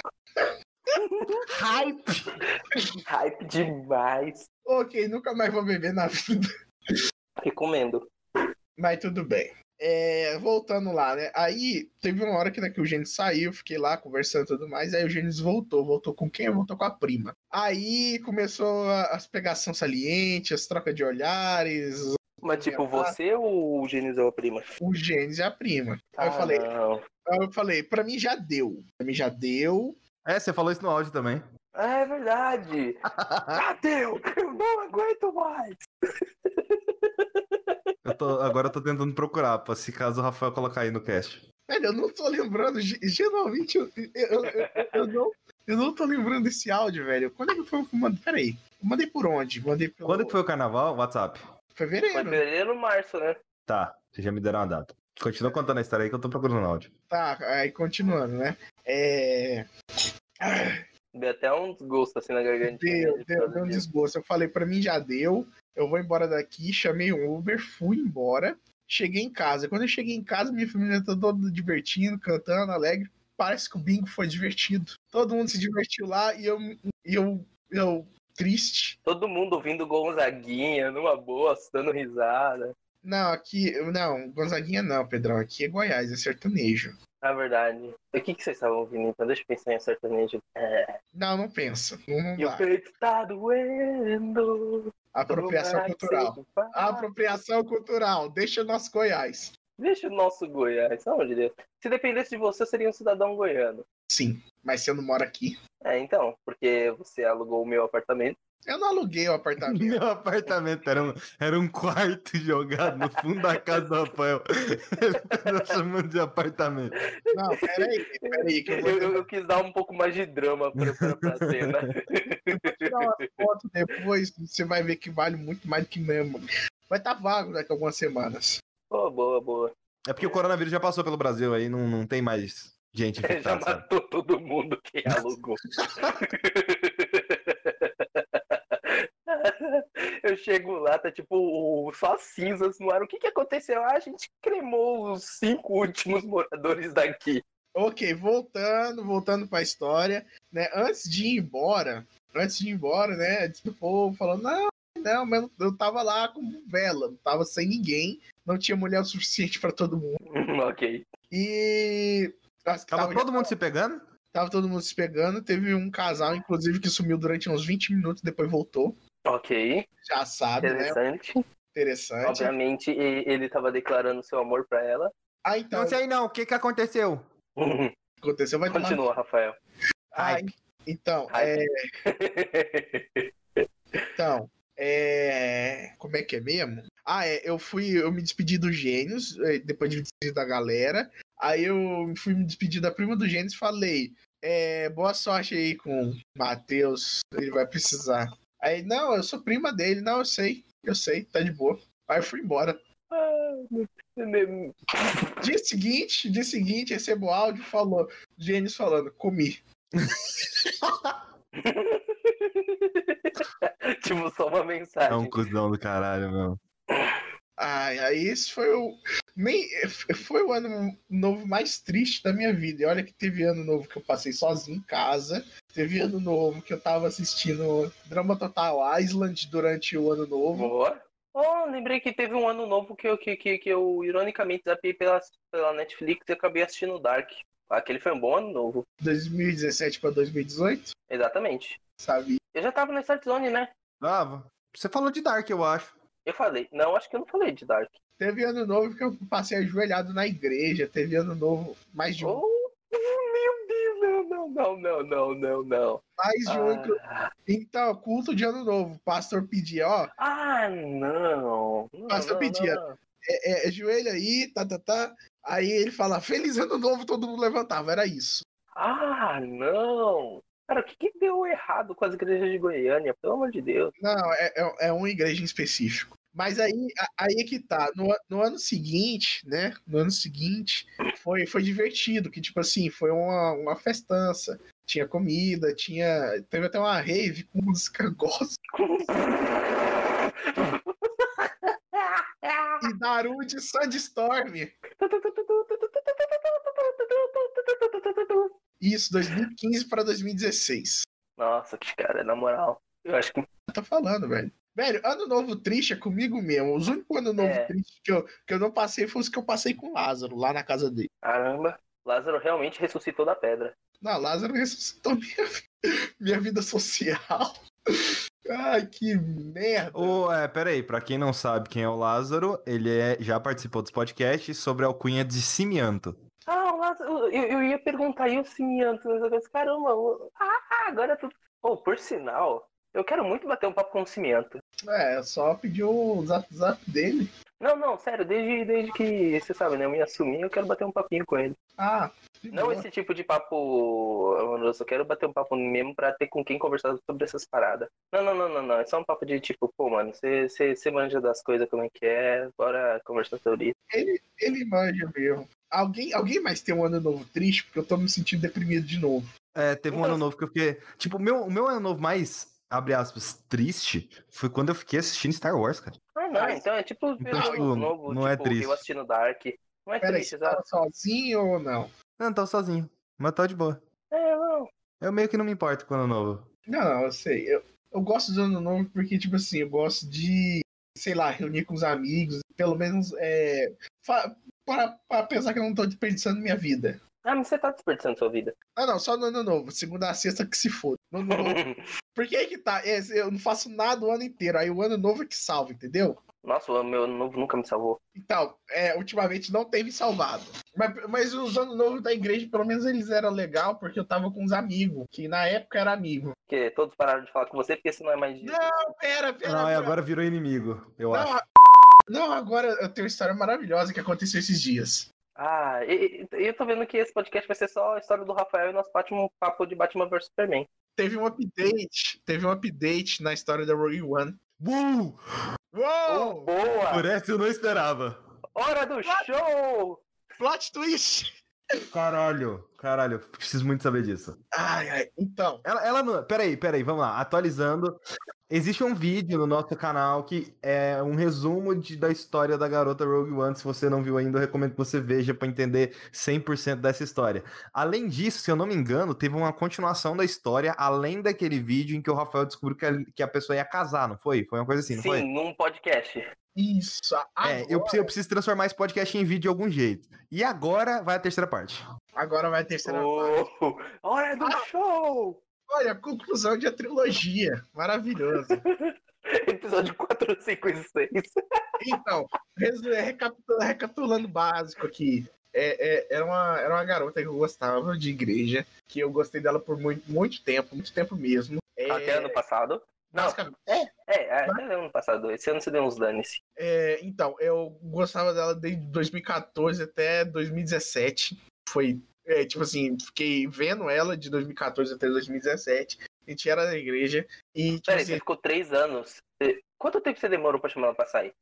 Hype! Hype demais. Ok, nunca mais vou beber na vida. Recomendo. Mas tudo bem. É, voltando lá, né? Aí teve uma hora que, né, que o Gênesis saiu, fiquei lá conversando e tudo mais. Aí o Gênesis voltou. Voltou com quem? Voltou com a prima. Aí começou a- as pegações salientes, as trocas de olhares. Mas tipo, você ou o Gênesis ou a prima? O Gênesis e a prima. Aí eu Ah, falei, não. aí eu falei, pra mim já deu. Pra mim já deu. É, você falou isso no áudio também. Ah, é verdade. Já deu. Eu não aguento mais. Eu tô, agora eu tô tentando procurar, pra se caso o Rafael colocar aí no cast. Velho, eu não tô lembrando. ge- Geralmente eu, eu, eu, eu- eu não, eu não tô lembrando desse áudio, velho. Quando é que foi que eu mandei? Peraí. Eu mandei por onde? Mandei pelo Quando que foi o carnaval? WhatsApp. fevereiro. Foi fevereiro, março, né? Tá, vocês já me deram a data. Continua contando a história aí que eu tô procurando o áudio. Tá, aí continuando, né? É. Ah, Deu até um desgosto assim na garganta. Deu, deu, deu um desgosto. Eu falei, pra mim já deu. Eu vou embora daqui, chamei um Uber, fui embora. Cheguei em casa. Quando eu cheguei em casa, minha família tá toda divertindo, cantando, alegre. Parece que o bingo foi divertido. Todo mundo se divertiu lá e eu, e eu, eu triste. Todo mundo ouvindo Gonzaguinha, numa boa, dando risada. Não, aqui, não, Gonzaguinha não, Pedrão. Aqui é Goiás, é sertanejo. Na verdade. O que, que vocês estavam ouvindo? Então deixa eu pensar em sertanejo. É... Não, não pensa. Não, não E o dá. peito tá doendo. Apropriação Tomara que cultural. seja fácil. Apropriação cultural. Deixa o nosso Goiás. Deixa o nosso Goiás, pelo amor de Deus. Se dependesse de você, eu seria um cidadão goiano. Sim, mas você não mora aqui. É, então, porque você alugou o meu apartamento. Eu não aluguei o apartamento. Meu apartamento era um, era um quarto jogado no fundo da casa do Rafael. Ele tá chamando de apartamento. Não, peraí, peraí, que eu vou Eu, eu, eu quis dar um pouco mais de drama pra, pra, pra cena. tirar uma foto depois, você vai ver que vale muito mais do que mesmo. Vai estar vago daqui a algumas semanas. Boa, boa, boa. É porque o coronavírus já passou pelo Brasil, aí não, não tem mais gente Já infectada, sabe? matou todo mundo que alugou. Eu chego lá, tá tipo só cinzas no ar. O que que aconteceu? Ah, a gente cremou os cinco últimos moradores daqui. Ok, voltando, voltando pra história, né? Antes de ir embora, antes de ir embora, né? O povo falando, não, não, mas eu tava lá com vela, não tava sem ninguém, não tinha mulher o suficiente pra todo mundo. Ok. E. Nossa, Tava tava, todo mundo se pegando? tava todo mundo se pegando. Teve um casal, inclusive, que sumiu durante uns vinte minutos, depois voltou. Ok. Já sabe, né? Interessante. Interessante. Obviamente, e- ele tava declarando seu amor pra ela. Ah, então. Não sei não, o que que aconteceu? Aconteceu, vai tomar. Continua, Rafael. Ah, Hype. então, Hype. é. Então, é. Como é que é mesmo? Ah, é. Eu fui. Eu me despedi do Gênios, eh, depois de me despedir da galera. Aí eu fui me despedir da prima do Gênios e falei. É, boa sorte aí com o Matheus. Ele vai precisar. Aí, não, eu sou prima dele. Não, eu sei. Eu sei, tá de boa. Aí eu fui embora. Dia seguinte, dia seguinte, recebo áudio, falou. Gênios falando, comi. Tipo, só uma É mensagem. um cuzão do caralho, meu. Ai, aí esse foi o. Nem, foi o ano novo mais triste da minha vida. E olha que teve ano novo que eu passei sozinho em casa. Teve ano novo que eu tava assistindo Drama Total Island durante o ano novo. Boa. Oh, lembrei que teve um ano novo que eu, que, que, que eu ironicamente zapiei pela, pela Netflix e acabei assistindo Dark. Aquele foi um bom ano novo. dois mil e dezessete pra dois mil e dezoito? Exatamente. Sabe? Eu já tava na Start Zone, né? Dava. Você falou de Dark, eu acho. Eu falei. Não, acho que eu não falei de Dark. Teve ano novo que eu passei ajoelhado na igreja. Teve ano novo, mais de um. Oh, meu Deus, não, não, não, não, não, não. Mais de um. inclu- Ah, Então, culto de ano novo. O pastor pedia, ó. ah não. O Não, pastor não, pedia, não. é, é, ajoelha aí, tá, tá, tá. Aí ele fala, feliz ano novo, todo mundo levantava. Era isso. Ah, não. Cara, o que, que deu errado com as igrejas de Goiânia? Pelo amor de Deus. Não, é, é, é uma igreja em específico. Mas aí, a- aí é que tá. No, no ano seguinte, né? No ano seguinte, foi, foi divertido, que tipo assim, foi uma, uma festança. Tinha comida, tinha. Teve até uma rave com música gospel e Darude Sandstorm. Isso, dois mil e quinze para dois mil e dezesseis. Nossa, que cara, na moral. Eu acho que. Eu tô falando, velho. Velho, ano novo triste é comigo mesmo. Os únicos ano novo É. triste que eu, que eu não passei foi os que eu passei com o Lázaro, lá na casa dele. Caramba, Lázaro realmente ressuscitou da pedra. Não, Lázaro ressuscitou minha, vi- minha vida social. Ai, que merda. Ô, é, peraí, pra quem não sabe quem é o Lázaro, ele é, já participou dos podcasts sobre a alcunha de Cimianto. Ah, o Lázaro, eu, eu ia perguntar aí o Cimianto, mas eu pensei, caramba, o- ah, agora tudo. Oh, por sinal, eu quero muito bater um papo com o Cimianto. É, só pediu o zap zap dele. Não, não, sério, desde, desde que, você sabe, né, eu me assumi, eu quero bater um papinho com ele. Ah, de Não boa. esse tipo de papo amoroso, eu quero bater um papo mesmo pra ter com quem conversar sobre essas paradas. Não, não, não, não, não, é só um papo de tipo, pô, mano, você, você, você manja das coisas como é que é, bora conversar sobre isso. Ele, ele manja mesmo. Alguém, alguém mais tem um ano novo triste? Porque eu tô me sentindo deprimido de novo. É, teve um Então- ano novo que eu fiquei. Tipo, o meu, o meu ano novo mais, abre aspas, triste foi quando eu fiquei assistindo Star Wars, cara. Ah, não, Ah, então é tipo ver Então, o tipo, ano novo, não é tipo, triste. eu assistindo Dark. Não é Pera aí, triste, você tava exato. sozinho ou não? Não, eu tava sozinho. Mas tá de boa. É, não. Eu meio que não me importo com o ano novo. Não, não, eu sei. Eu, eu gosto do ano novo porque, tipo assim, eu gosto de, sei lá, reunir com os amigos, pelo menos, é, fa- para, para pensar que eu não tô desperdiçando minha vida. Ah, mas você tá desperdiçando sua vida. Ah, não, só no ano novo. Segunda a sexta que se foda. No ano novo. Porque aí que tá. é, Eu não faço nada o ano inteiro. Aí o ano novo é que salva, entendeu? Nossa, o meu ano novo nunca me salvou. Então, é, ultimamente não tem me salvado. Mas, mas os anos novos da igreja, pelo menos eles eram legal, porque eu tava com uns amigos, que na época era amigo. Porque todos pararam de falar com você porque você não é mais de. Não, pera, pera. Não, e pera. agora virou inimigo, eu Não, acho. não, agora eu tenho uma história maravilhosa que aconteceu esses dias. Ah, e, e eu tô vendo que esse podcast vai ser só a história do Rafael e nosso Batman, papo de Batman versus Superman. Teve um update, teve um update na história da Rogue One. Uh! Oh, Uou! boa! Por essa eu não esperava. Hora do show! Plot twist! Caralho, caralho, preciso muito saber disso. Ai, ai, então. Ela, ela não. Peraí, peraí, vamos lá. Atualizando. Existe um vídeo no nosso canal que é um resumo de, da história da garota Rogue One. Se você não viu ainda, eu recomendo que você veja para entender cem por cento dessa história. Além disso, se eu não me engano, teve uma continuação da história, além daquele vídeo em que o Rafael descobriu que a, que a pessoa ia casar, não foi? Foi uma coisa assim, não Sim, foi? num podcast. Isso, agora, É, eu preciso, eu preciso transformar esse podcast em vídeo de algum jeito. E agora vai a terceira parte. agora vai a terceira parte. Oh, hora do show! Olha, conclusão de a trilogia. Maravilhoso. Episódio quatro, cinco e seis. Então, resu- é, recapitulando, recapitulando básico aqui. É, é, era, uma, era uma garota que eu gostava de igreja, que eu gostei dela por muito, muito tempo, muito tempo mesmo. É, Até ano passado. Não, basicamente. é, é, é, até ano passado. Esse ano você deu uns dane-se. É, então, eu gostava dela desde dois mil e quatorze até dois mil e dezessete. Foi, é, tipo assim, fiquei vendo ela de dois mil e quatorze até dois mil e dezessete. A gente era na igreja e, tipo Peraí, assim, você ficou três anos. Você- Quanto tempo você demorou pra chamar ela pra sair?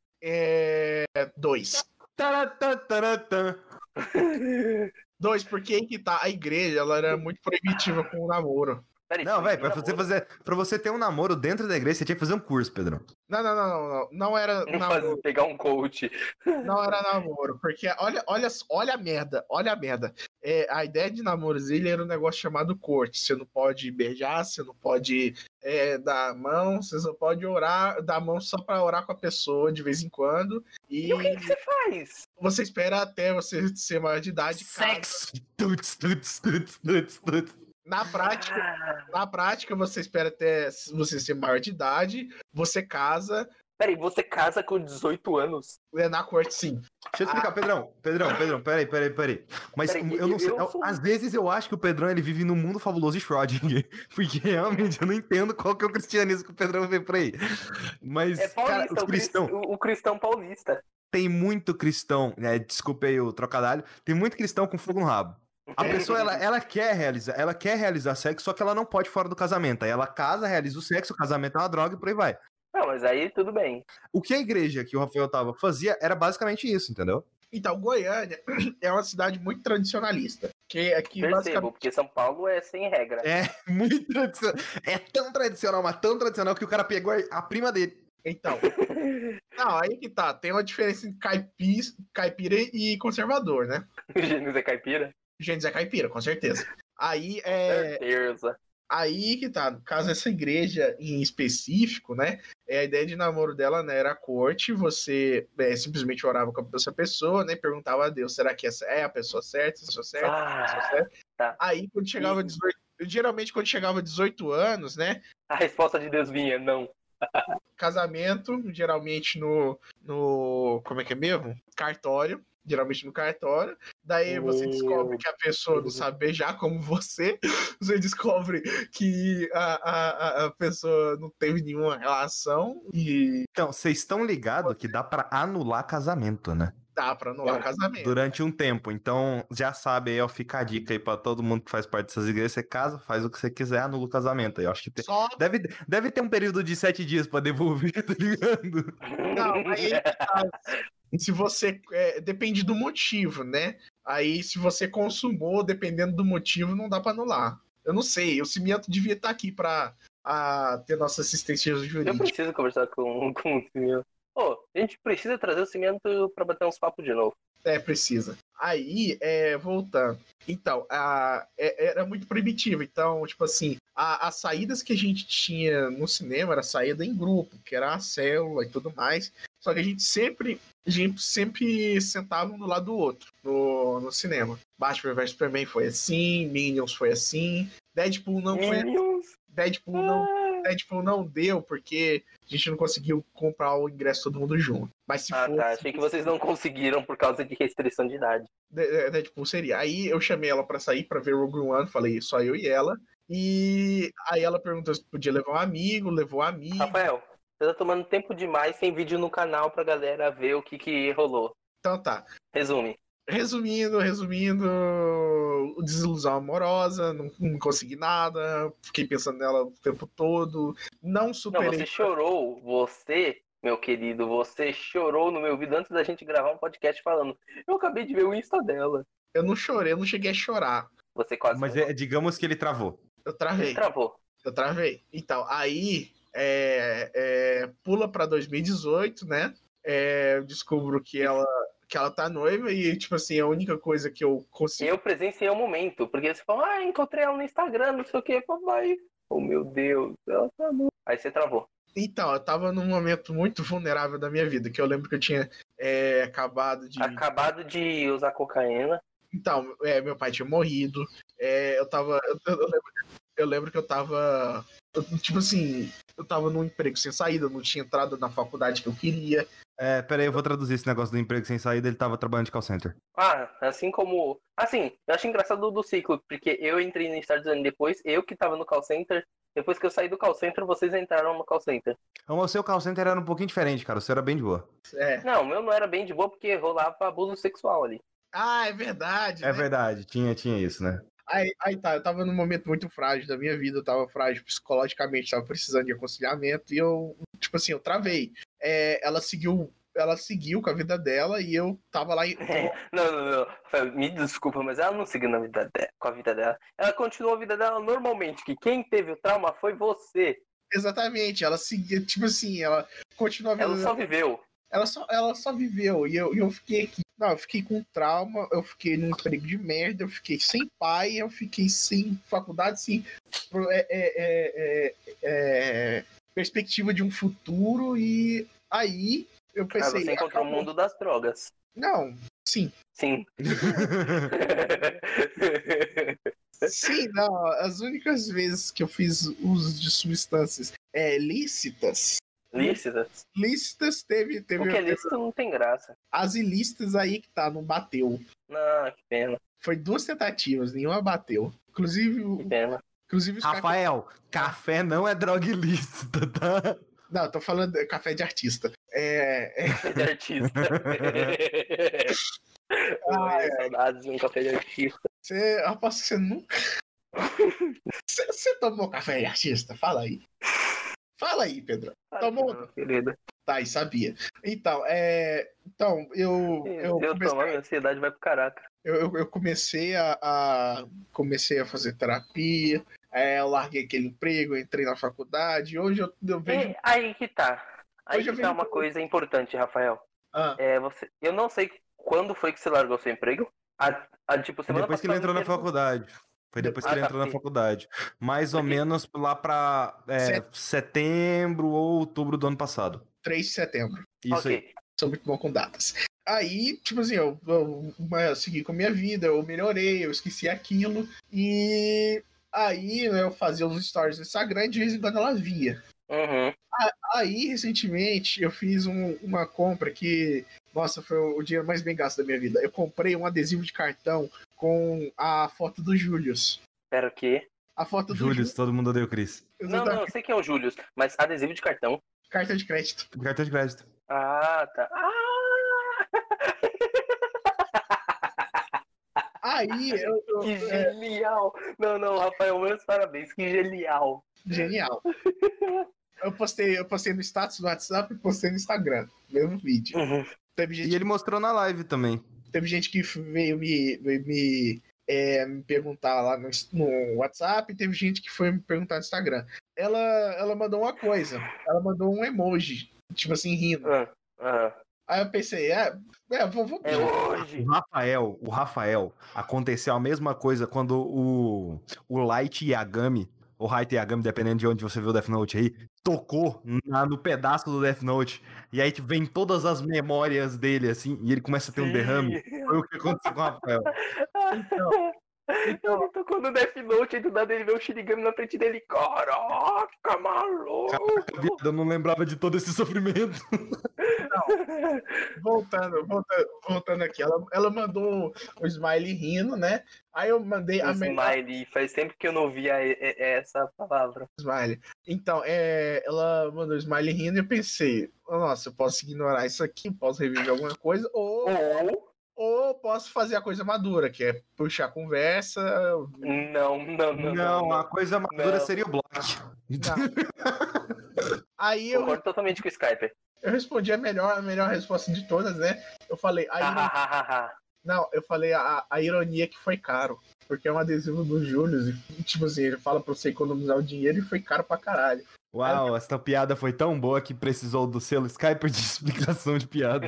é, dois. Taratataratã. Dois, porque aí que tá, a igreja, ela era muito proibitiva com o namoro. Peraí, Não, velho, pra proibir você namoro? fazer. Pra você ter um namoro dentro da igreja, você tinha que fazer um curso, Pedrão. Não, não, não, não, não. Não era Não faz- namoro. pegar um coach. Não era namoro. Porque olha, olha, olha a merda. Olha a merda. É, a ideia de namoros ele era um negócio chamado corte. Você não pode beijar, você não pode é, dar a mão, você só pode orar, dar a mão só pra orar com a pessoa de vez em quando. E o que, E que você faz? você espera até você ser maior de idade. Casa. Sexo! Tuts, tuts, tuts, tuts, tuts. Na prática, Ah, na prática, você espera até você ser maior de idade, você casa, peraí, você casa com dezoito anos? é na corte sim. Deixa eu explicar, Pedrão. Pedrão, Pedrão, peraí, peraí, peraí. Mas Peraí, eu não sei. eu eu- sou- Às vezes eu acho que o Pedrão ele vive num mundo fabuloso de Schrödinger. Porque realmente eu não entendo qual que é o cristianismo que o Pedrão vê por aí. Mas, É cara, paulista, os o, cris- cristãos. o- o cristão paulista. Tem muito cristão, né? Desculpe aí o trocadilho. Tem muito cristão com fogo no rabo. A pessoa, ela, ela quer realizar, ela quer realizar sexo, só que ela não pode fora do casamento. Aí ela casa, realiza o sexo, o casamento é uma droga e por aí vai. Não, mas aí tudo bem. O que a igreja que o Rafael tava fazia era basicamente isso, entendeu? Então, Goiânia é uma cidade muito tradicionalista. Que aqui Percebo, basicamente. porque São Paulo é sem regra. É muito tradicional. É tão tradicional, mas tão tradicional que o cara pegou a prima dele. Então. Não, aí que tá. Tem uma diferença entre caipis, caipira e conservador, né? Gênesis é caipira? Gente, é caipira, com certeza. Aí é. Certeza. Aí que tá, no caso essa igreja em específico, né? É, a ideia de namoro dela, né, era a corte, você é, simplesmente orava com essa pessoa, né? Perguntava a Deus, será que essa é a pessoa certa, a pessoa certa, a pessoa Ah, certa? tá. Aí quando chegava E- dezoito, geralmente quando chegava dezoito anos, né? A resposta de Deus vinha, não. Casamento, geralmente no, no como é que é mesmo? Cartório. Geralmente no cartório. Daí você descobre Meu que a pessoa não Deus. sabe beijar como você. Você descobre que a, a, a pessoa não teve nenhuma relação e Então, vocês estão ligados que dá pra anular casamento, né? dá pra anular casamento. Durante um tempo. Então, já sabe aí, ó, fica a dica aí pra todo mundo que faz parte dessas igrejas. Você casa, faz o que você quiser, anula o casamento. Eu acho que tem... Só. deve, deve ter um período de sete dias pra devolver, tá ligado? Não, aí que tá. Se você. É, depende do motivo, né? Aí, se você consumou, dependendo do motivo, não dá pra anular. Eu não sei, o Cimento devia estar aqui pra a, ter nossa assistência Eu jurídica. preciso conversar com, com o Cimento. Pô, a gente precisa trazer o Cimento pra bater uns papos de novo. É, precisa. Aí, é, voltando. Então, a, é- era muito proibitivo. Então, tipo assim, a- as saídas que a gente tinha no cinema era saída em grupo, que era a célula e tudo mais. Só que a gente sempre, a gente sempre sentava um do lado do outro no, no cinema. Batman versus Superman foi assim, Minions foi assim, Deadpool não foi assim. Minions. Deadpool não, Ah, Deadpool não deu porque a gente não conseguiu comprar o ingresso todo mundo junto. Mas se Ah, fosse, tá. Achei que vocês não conseguiram por causa de restrição de idade. De- Deadpool seria. Aí eu chamei ela pra sair pra ver Rogue One, falei só eu e ela. E aí ela perguntou se podia levar um amigo, levou um amigo. Rafael, você tá tomando tempo demais sem vídeo no canal pra galera ver o que que rolou. Então tá. Resume. Resumindo, resumindo, desilusão amorosa, não, não consegui nada, fiquei pensando nela o tempo todo, não Não, superei. você chorou, você, meu querido, você chorou no meu ouvido antes da gente gravar um podcast falando. Eu acabei de ver o Insta dela. Eu não chorei, eu não cheguei a chorar. Você quase Mas chorou. é, digamos que ele travou. Eu Ele travei, travou. eu travei. Então, aí é, é, pula pra dois mil e dezoito, né? É, eu descubro que ela, que ela tá noiva e, tipo assim, a única coisa que eu consigo. Eu presenciei o momento, porque você falou, ah, encontrei ela no Instagram, não sei o que, papai. Oh, meu Deus, ela tá noiva. Aí você travou. Então, eu tava num momento muito vulnerável da minha vida, que eu lembro que eu tinha é, acabado de. Acabado de usar cocaína. Então, é, meu pai tinha morrido. É, eu tava. Eu, eu lembro, eu lembro que eu tava. eu, tipo assim, eu tava num emprego sem saída, eu não tinha entrado na faculdade que eu queria. É, peraí, eu vou traduzir esse negócio do emprego sem saída. Ele tava trabalhando de call center. Ah, assim como... Assim, eu acho engraçado do, do ciclo, porque eu entrei no Star Design depois, eu que tava no call center, depois que eu saí do call center, vocês entraram no call center. Então, o seu call center era um pouquinho diferente, cara. O seu era bem de boa. É. Não, o meu não era bem de boa, porque rolava abuso sexual ali. Ah, é verdade. É né? verdade, tinha, tinha isso, né? Aí, aí tá, eu tava num momento muito frágil da minha vida, eu tava frágil psicologicamente, tava precisando de aconselhamento e eu, tipo assim, eu travei. É, ela seguiu ela seguiu com a vida dela e eu tava lá em. Não, não, não. Rafael, me desculpa, mas ela não seguiu na vida dela, com a vida dela. Ela continuou a vida dela normalmente, que quem teve o trauma foi você. Exatamente, ela seguia, tipo assim, ela continuou a vida Ela dela. só viveu. Ela só, ela só viveu e eu, eu fiquei aqui. Não, eu fiquei com trauma, eu fiquei num emprego de merda, eu fiquei sem pai, eu fiquei sem faculdade, sem é, é, é, é, perspectiva de um futuro. E aí eu pensei. Ah, você encontrou o mundo das drogas. Não, sim. Sim. Sim, não. As únicas vezes que eu fiz uso de substâncias é, lícitas. Lícitas? Lícitas teve. teve O que é lícito não tem graça. As ilícitas aí que tá, não bateu. Não, que pena. Foi duas tentativas, nenhuma bateu. Inclusive. Que pena. Inclusive os Rafael, caras... café não é droga ilícita, tá? Não, eu tô falando de café de artista. É. é... Café de artista. Ah, é. Saudades de um café de artista. Você, eu aposto que você nunca. Você, você tomou café de artista? Fala aí. Fala aí, Pedro. Tomou? Não, querida. Tá, e sabia. Então, é. Então, eu. Eu, eu comecei... tomar, minha ansiedade vai pro caraca. Eu, eu, eu comecei a, a. Comecei a fazer terapia. É, eu larguei aquele emprego, entrei na faculdade. Hoje eu, eu vejo. E aí que tá. Aí Hoje que tá uma coisa importante, Rafael. Ah. É, você... Eu não sei quando foi que você largou seu emprego. A, a, tipo, semana depois que ele entrou na faculdade. Foi depois que ah, ele entrou tá, na sim. faculdade. Mais ou Porque... menos lá pra é, Set... setembro ou outubro do ano passado. três de setembro. Isso okay. aí. Sou muito bom com datas. Aí, tipo assim, eu, eu, eu segui com a minha vida, eu melhorei, eu esqueci aquilo. E aí eu fazia uns stories no Instagram e de vez em quando ela via. Uhum. Aí, recentemente, eu fiz um, uma compra que, nossa, foi o dinheiro mais bem gasto da minha vida. Eu comprei um adesivo de cartão com a foto do Július. Pera, o quê? A foto do Július, todo mundo odeia o Chris. Não, não, eu sei quem é o Július, mas adesivo de cartão. Cartão de crédito. Cartão de crédito. Ah, tá. Ah! Aí, eu... eu que genial! É... Não, não, Rafael, meus parabéns, que genial! Genial. Eu postei, eu postei no status do WhatsApp e postei no Instagram. Mesmo vídeo. Uhum. Teve gente e ele mostrou na live também. Teve gente que veio me, veio me, é, me perguntar lá no, no WhatsApp e teve gente que foi me perguntar no Instagram. Ela, ela mandou uma coisa. Ela mandou um emoji, tipo assim, rindo. Uhum. Uhum. Aí eu pensei, é, é vou, vou é hoje. O Rafael, o Rafael, aconteceu a mesma coisa quando o, o Light Yagami, ou Light Yagami, dependendo de onde você viu o Death Note aí, tocou na, no pedaço do Death Note. E aí vem todas as memórias dele, assim, e ele começa a ter um derrame. Foi o que aconteceu com o Rafael. Então, então... Ele tocou no Death Note e do nada ele vê o Shinigami na frente dele. Caraca, maluco! Caraca, eu não lembrava de todo esse sofrimento. Não, voltando, voltando, voltando aqui, ela, ela mandou o smiley rindo, né? Aí eu mandei o a smiley, melhor... faz tempo que eu não via essa palavra. Smiley. Então, é, ela mandou o smiley rindo e eu pensei, nossa, eu posso ignorar isso aqui, posso reviver alguma coisa, ou, ou, ou posso fazer a coisa madura, que é puxar a conversa. Não, não, não. Não, não, não a coisa madura não. seria o bloco. Aí eu concordo totalmente com o Skype. Eu respondi a melhor, a melhor resposta de todas, né? Eu falei. A ironia... Não, eu falei a, a ironia que foi caro. Porque é um adesivo do Július. E, tipo assim, ele fala pra você economizar o dinheiro e foi caro pra caralho. Uau, eu... essa piada foi tão boa que precisou do selo Skype de explicação de piada.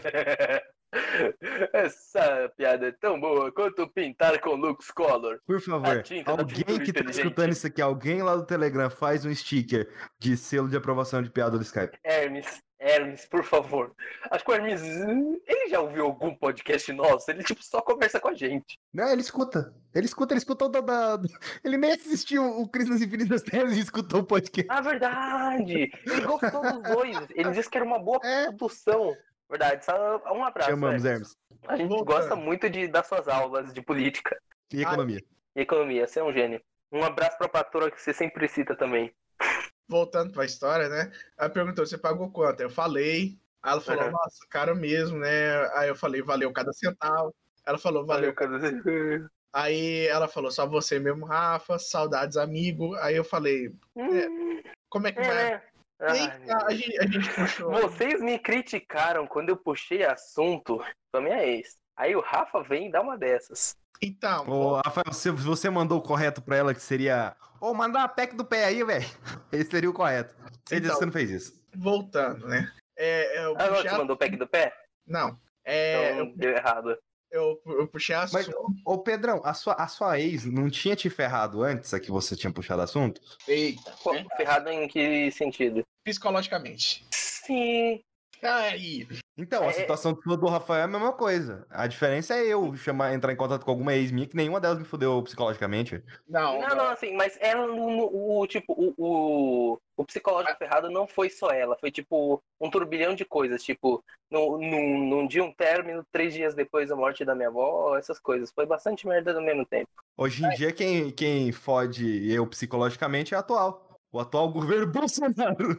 Essa piada é tão boa quanto pintar com Lux Color. Por favor, alguém que tá escutando isso aqui, alguém lá do Telegram faz um sticker de selo de aprovação de piada do Skype. Hermes, Hermes, por favor. Acho que o Hermes, ele já ouviu algum podcast nosso? Ele tipo só conversa com a gente. Não, ele escuta. Ele escuta, ele escutou da... da... Ele nem assistiu o Cris nas Infinitas Terras e escutou o podcast. Ah, verdade! Ele gostou dos dois. Ele disse que era uma boa é. produção. Verdade, só um abraço. Chamamos, Hermes. A gente Voltando. gosta muito de dar suas aulas de política. E economia. E economia, você é um gênio. Um abraço pra patroa que você sempre cita também. Voltando pra história, né? Ela perguntou, você pagou quanto? Eu falei. Aí ela falou, uhum. nossa, caro mesmo, né? Aí eu falei, valeu cada centavo. Ela falou, valeu, valeu cada centavo. Aí ela falou, só você mesmo, Rafa, saudades, amigo. Aí eu falei, é, como é que é, vai? Né? Ai, a, gente, a gente puxou. Vocês me criticaram quando eu puxei assunto com a minha ex. Aí o Rafa vem e dá uma dessas. Então, Ô, Rafael, se você mandou o correto pra ela, que seria... Ô, manda uma pack do pé aí, velho. Esse seria o correto. Você disse então, que você não fez isso. Voltando, né? É, eu Ah, não, puxei te a... mandou o pack do pé? Não. É, Então eu, deu errado. eu, eu puxei a Mas, ô Pedrão, a sua, a sua ex não tinha te ferrado antes, a que você tinha puxado assunto? Eita, Pô, né? ferrado em que sentido? Psicologicamente. Sim. Aí. Então, a É- situação do Rafael é a mesma coisa. A diferença é eu chamar, entrar em contato com alguma ex minha, que nenhuma delas me fudeu psicologicamente. Não, Não, não, assim, mas ela, no, no- o, tipo, o, o, o psicológico ferrado não foi só ela, foi, tipo, um turbilhão de coisas, tipo, no, no, num dia um término, três dias depois da morte da minha avó, essas coisas, foi bastante merda ao mesmo tempo. Hoje em dia, quem, quem fode eu psicologicamente é o atual. O atual governo Bolsonaro.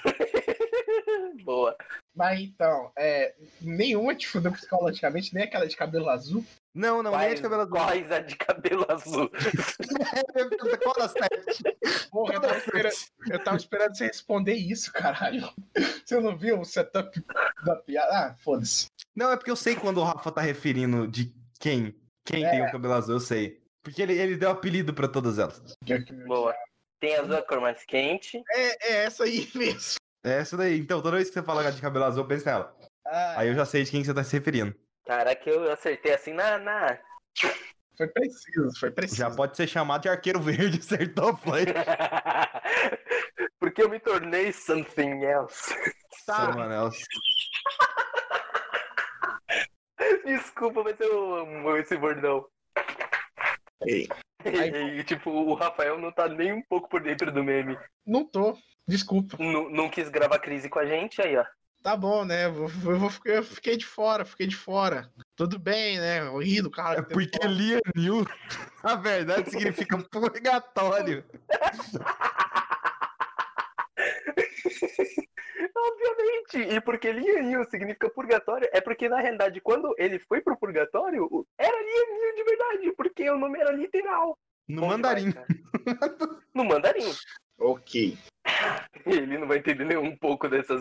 Boa. Mas então, é, nenhuma te fudeu psicologicamente, nem aquela de cabelo azul. Não, não, nem é de Quais, cabelo azul. quais a de cabelo azul? Qual das sete? Porra, eu tava, esperando, eu tava esperando você responder isso, caralho. Você não viu o setup da piada? Ah, foda-se. Não, é porque eu sei quando o Rafa tá referindo de quem. Quem É. tem o cabelo azul, eu sei. Porque ele, ele deu apelido pra todas elas. Boa. Tem azul a cor mais quente. É, é essa aí mesmo. É essa daí. Então, toda vez que você fala de cabelo azul, eu penso nela. Ah, Aí eu já sei de quem você tá se referindo. Caraca, eu acertei assim na... na... Foi preciso, foi preciso. Já pode ser chamado de arqueiro verde, acertou, foi. Porque eu me tornei something else. Tá. Mano, ela... Desculpa, mas eu amo esse bordão. Ei. E, e, tipo, o Rafael não tá nem um pouco por dentro do meme. Não tô, desculpa. Não, não quis gravar crise com a gente, aí, ó. Tá bom, né? Eu, vou, eu, vou, eu fiquei de fora, fiquei de fora. Tudo bem, né? Eu ri do cara. É porque Lianil, na verdade, significa purgatório. Obviamente! E porque Lianil significa purgatório, é porque, na realidade, quando ele foi pro purgatório, era Lianil de verdade, porque o nome era literal. No Bom mandarim. demais, cara. No mandarim. Ok. Ele não vai entender nem um pouco dessas...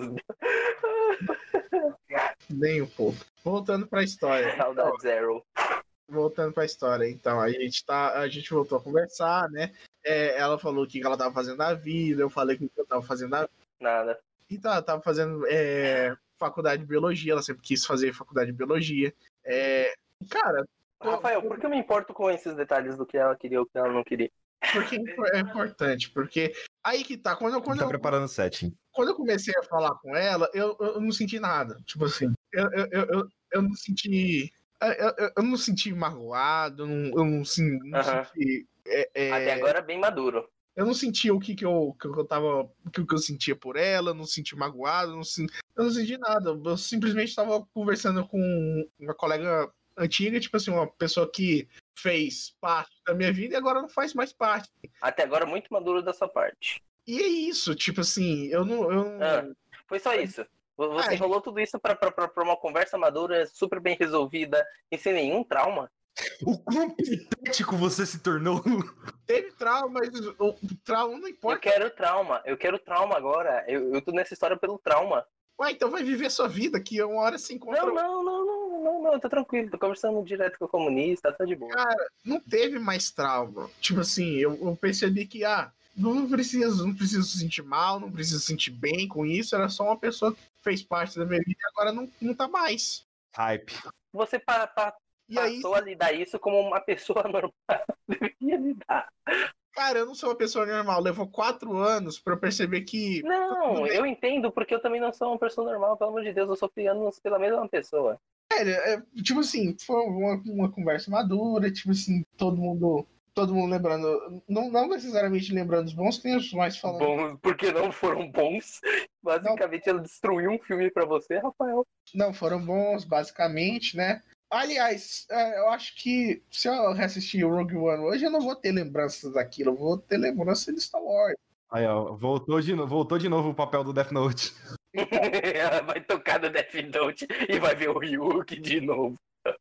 Nem um pouco. Voltando pra história. Saudade zero. Voltando pra história, então, a gente tá. A gente voltou a conversar, né? É, ela falou o que ela tava fazendo na vida, eu falei o que eu tava fazendo na vida. Nada. Então, ela tava fazendo é, faculdade de biologia, ela sempre quis fazer faculdade de biologia. É, cara. Rafael, por que eu me importo com esses detalhes do que ela queria ou que ela não queria? Porque é importante, porque aí que tá. Quando eu, quando tá eu, preparando o setting. Quando eu comecei a falar com ela, eu, eu não senti nada. Tipo assim, eu, eu, eu, eu não senti. Eu, eu, eu não senti magoado, eu não, eu não, não Uhum. senti. É, é, Até agora, bem maduro. eu não senti o que, que, eu, que eu tava. O que, que eu sentia por ela, eu não senti magoado, eu não senti, eu não senti nada. Eu simplesmente estava conversando com uma colega antiga, tipo assim, uma pessoa que fez parte da minha vida e agora não faz mais parte. Até agora, muito maduro da sua parte. E é isso, tipo assim, eu não. Eu não... Ah, foi só isso. Você Ah, enrolou tudo isso pra, pra, pra, pra uma conversa madura, super bem resolvida e sem nenhum trauma? O quão patético você se tornou. Teve trauma, mas o trauma não Eu importa. quero trauma, eu quero trauma agora. Eu, eu tô nessa história pelo trauma. Ué, então vai viver sua vida que uma hora se encontra. Não, não, não, não, não, não, tá tranquilo. Tô conversando direto com o comunista, tá de boa. Cara, não teve mais trauma. Tipo assim, eu, eu percebi que, ah, não preciso, não preciso se sentir mal, não preciso se sentir bem com isso. Era só uma pessoa que fez parte da minha vida e agora não, não tá mais. Hype. Você pa, pa, E aí, passou a lidar isso como uma pessoa normal deveria lidar. cara, eu não sou uma pessoa normal. Levou quatro anos pra eu perceber que. Não, eu entendo, porque eu também não sou uma pessoa normal, pelo amor de Deus, eu sofri anos pela mesma pessoa. É, é, tipo assim, foi uma, uma conversa madura, tipo assim, todo mundo. Todo mundo lembrando, não, não necessariamente lembrando os bons tempos, mas falando. Bons, porque não foram bons. Basicamente, ela destruiu um filme pra você, Rafael. Não foram bons, basicamente, né? Aliás, eu acho que se eu reassistir o Rogue One hoje, eu não vou ter lembranças daquilo, eu vou ter lembrança de Star Wars. Aí, ó, voltou de, voltou de novo o papel do Death Note. Ela vai tocar no Death Note e vai ver o Ryuk de novo.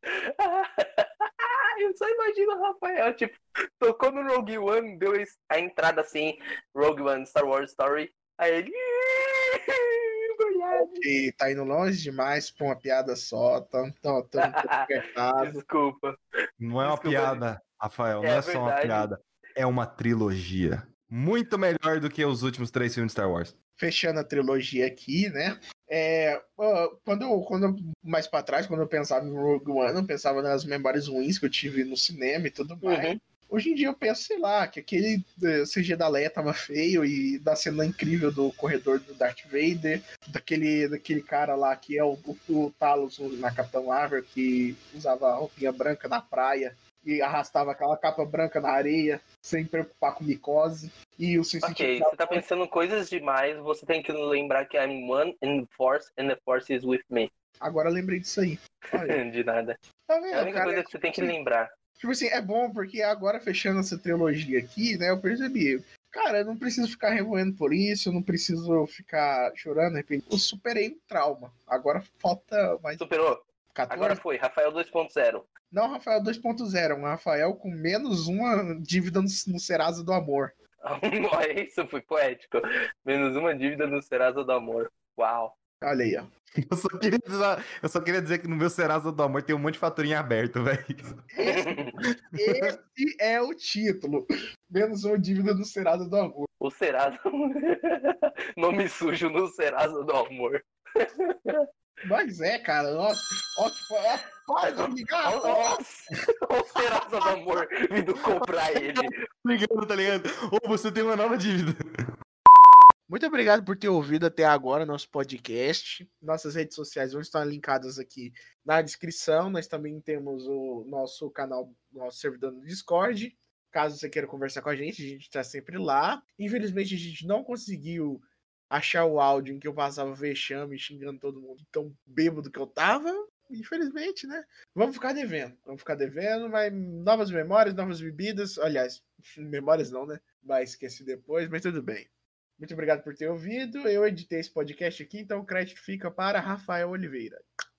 Eu só imagino o Rafael, tipo, tocou no Rogue One, deu a entrada assim, Rogue One, Star Wars Story, aí ele... E tá indo longe demais pra uma piada só. Tá, tá, tá um pouco apertado. Desculpa. Não é uma Desculpa, piada, Rafael. Não É é só uma verdade. piada. É uma trilogia. Muito melhor do que os últimos três filmes de Star Wars. Fechando a trilogia aqui, né? É, uh, quando, eu, quando eu, mais pra trás, quando eu pensava em Rogue One, eu pensava nas memórias ruins que eu tive no cinema e tudo mais. Uhum. Hoje em dia eu penso, sei lá, que aquele uh, C G da Leia tava feio e da cena incrível do corredor do Darth Vader, daquele, daquele cara lá que é o, o, o Talos na Capitã Marvel, que usava a roupinha branca na praia e arrastava aquela capa branca na areia sem preocupar com micose. E o Ok, você tá pensando coisas demais, você tem que lembrar que I'm one in the Force and the Force is with me. Agora eu lembrei disso aí. Olha. De nada. Tá É a vendo, única cara? coisa que você tem que Tipo, lembrar. tipo assim, é bom porque agora fechando essa trilogia aqui, né, eu percebi. Cara, eu não preciso ficar remoendo por isso, eu não preciso ficar chorando, de repente. Eu superei um trauma. Agora falta mais Superou. quatorze. Agora foi, Rafael dois ponto zero. Não, Rafael dois ponto zero, um Rafael com menos uma dívida no, no Serasa do Amor. Isso foi poético. Menos uma dívida no Serasa do Amor. Uau. Olha aí, ó. Eu só queria dizer, eu só queria dizer que no meu Serasa do Amor tem um monte de faturinha aberto, velho. Esse, esse é o título. Menos uma dívida no Serasa do Amor. O Serasa. Nome sujo no Serasa do Amor. Mas é, cara. Nossa, ó, tipo, ó, para de ligar. Nossa, o Serasa do Amor vindo comprar ele. Ligando, tá ligado? Ou você tem uma nova dívida. Muito obrigado por ter ouvido até agora nosso podcast. Nossas redes sociais vão estar linkadas aqui na descrição. Nós também temos o nosso canal, nosso servidor no Discord. Caso você queira conversar com a gente, a gente está sempre lá. Infelizmente, a gente não conseguiu achar o áudio em que eu passava vexame, xingando todo mundo tão bêbado que eu tava. Infelizmente, né? Vamos ficar devendo. Vamos ficar devendo, mas novas memórias, novas bebidas. Aliás, memórias não, né? Vai esquecer depois, mas tudo bem. Muito obrigado por ter ouvido. Eu editei esse podcast aqui, então o crédito fica para Rafael Oliveira.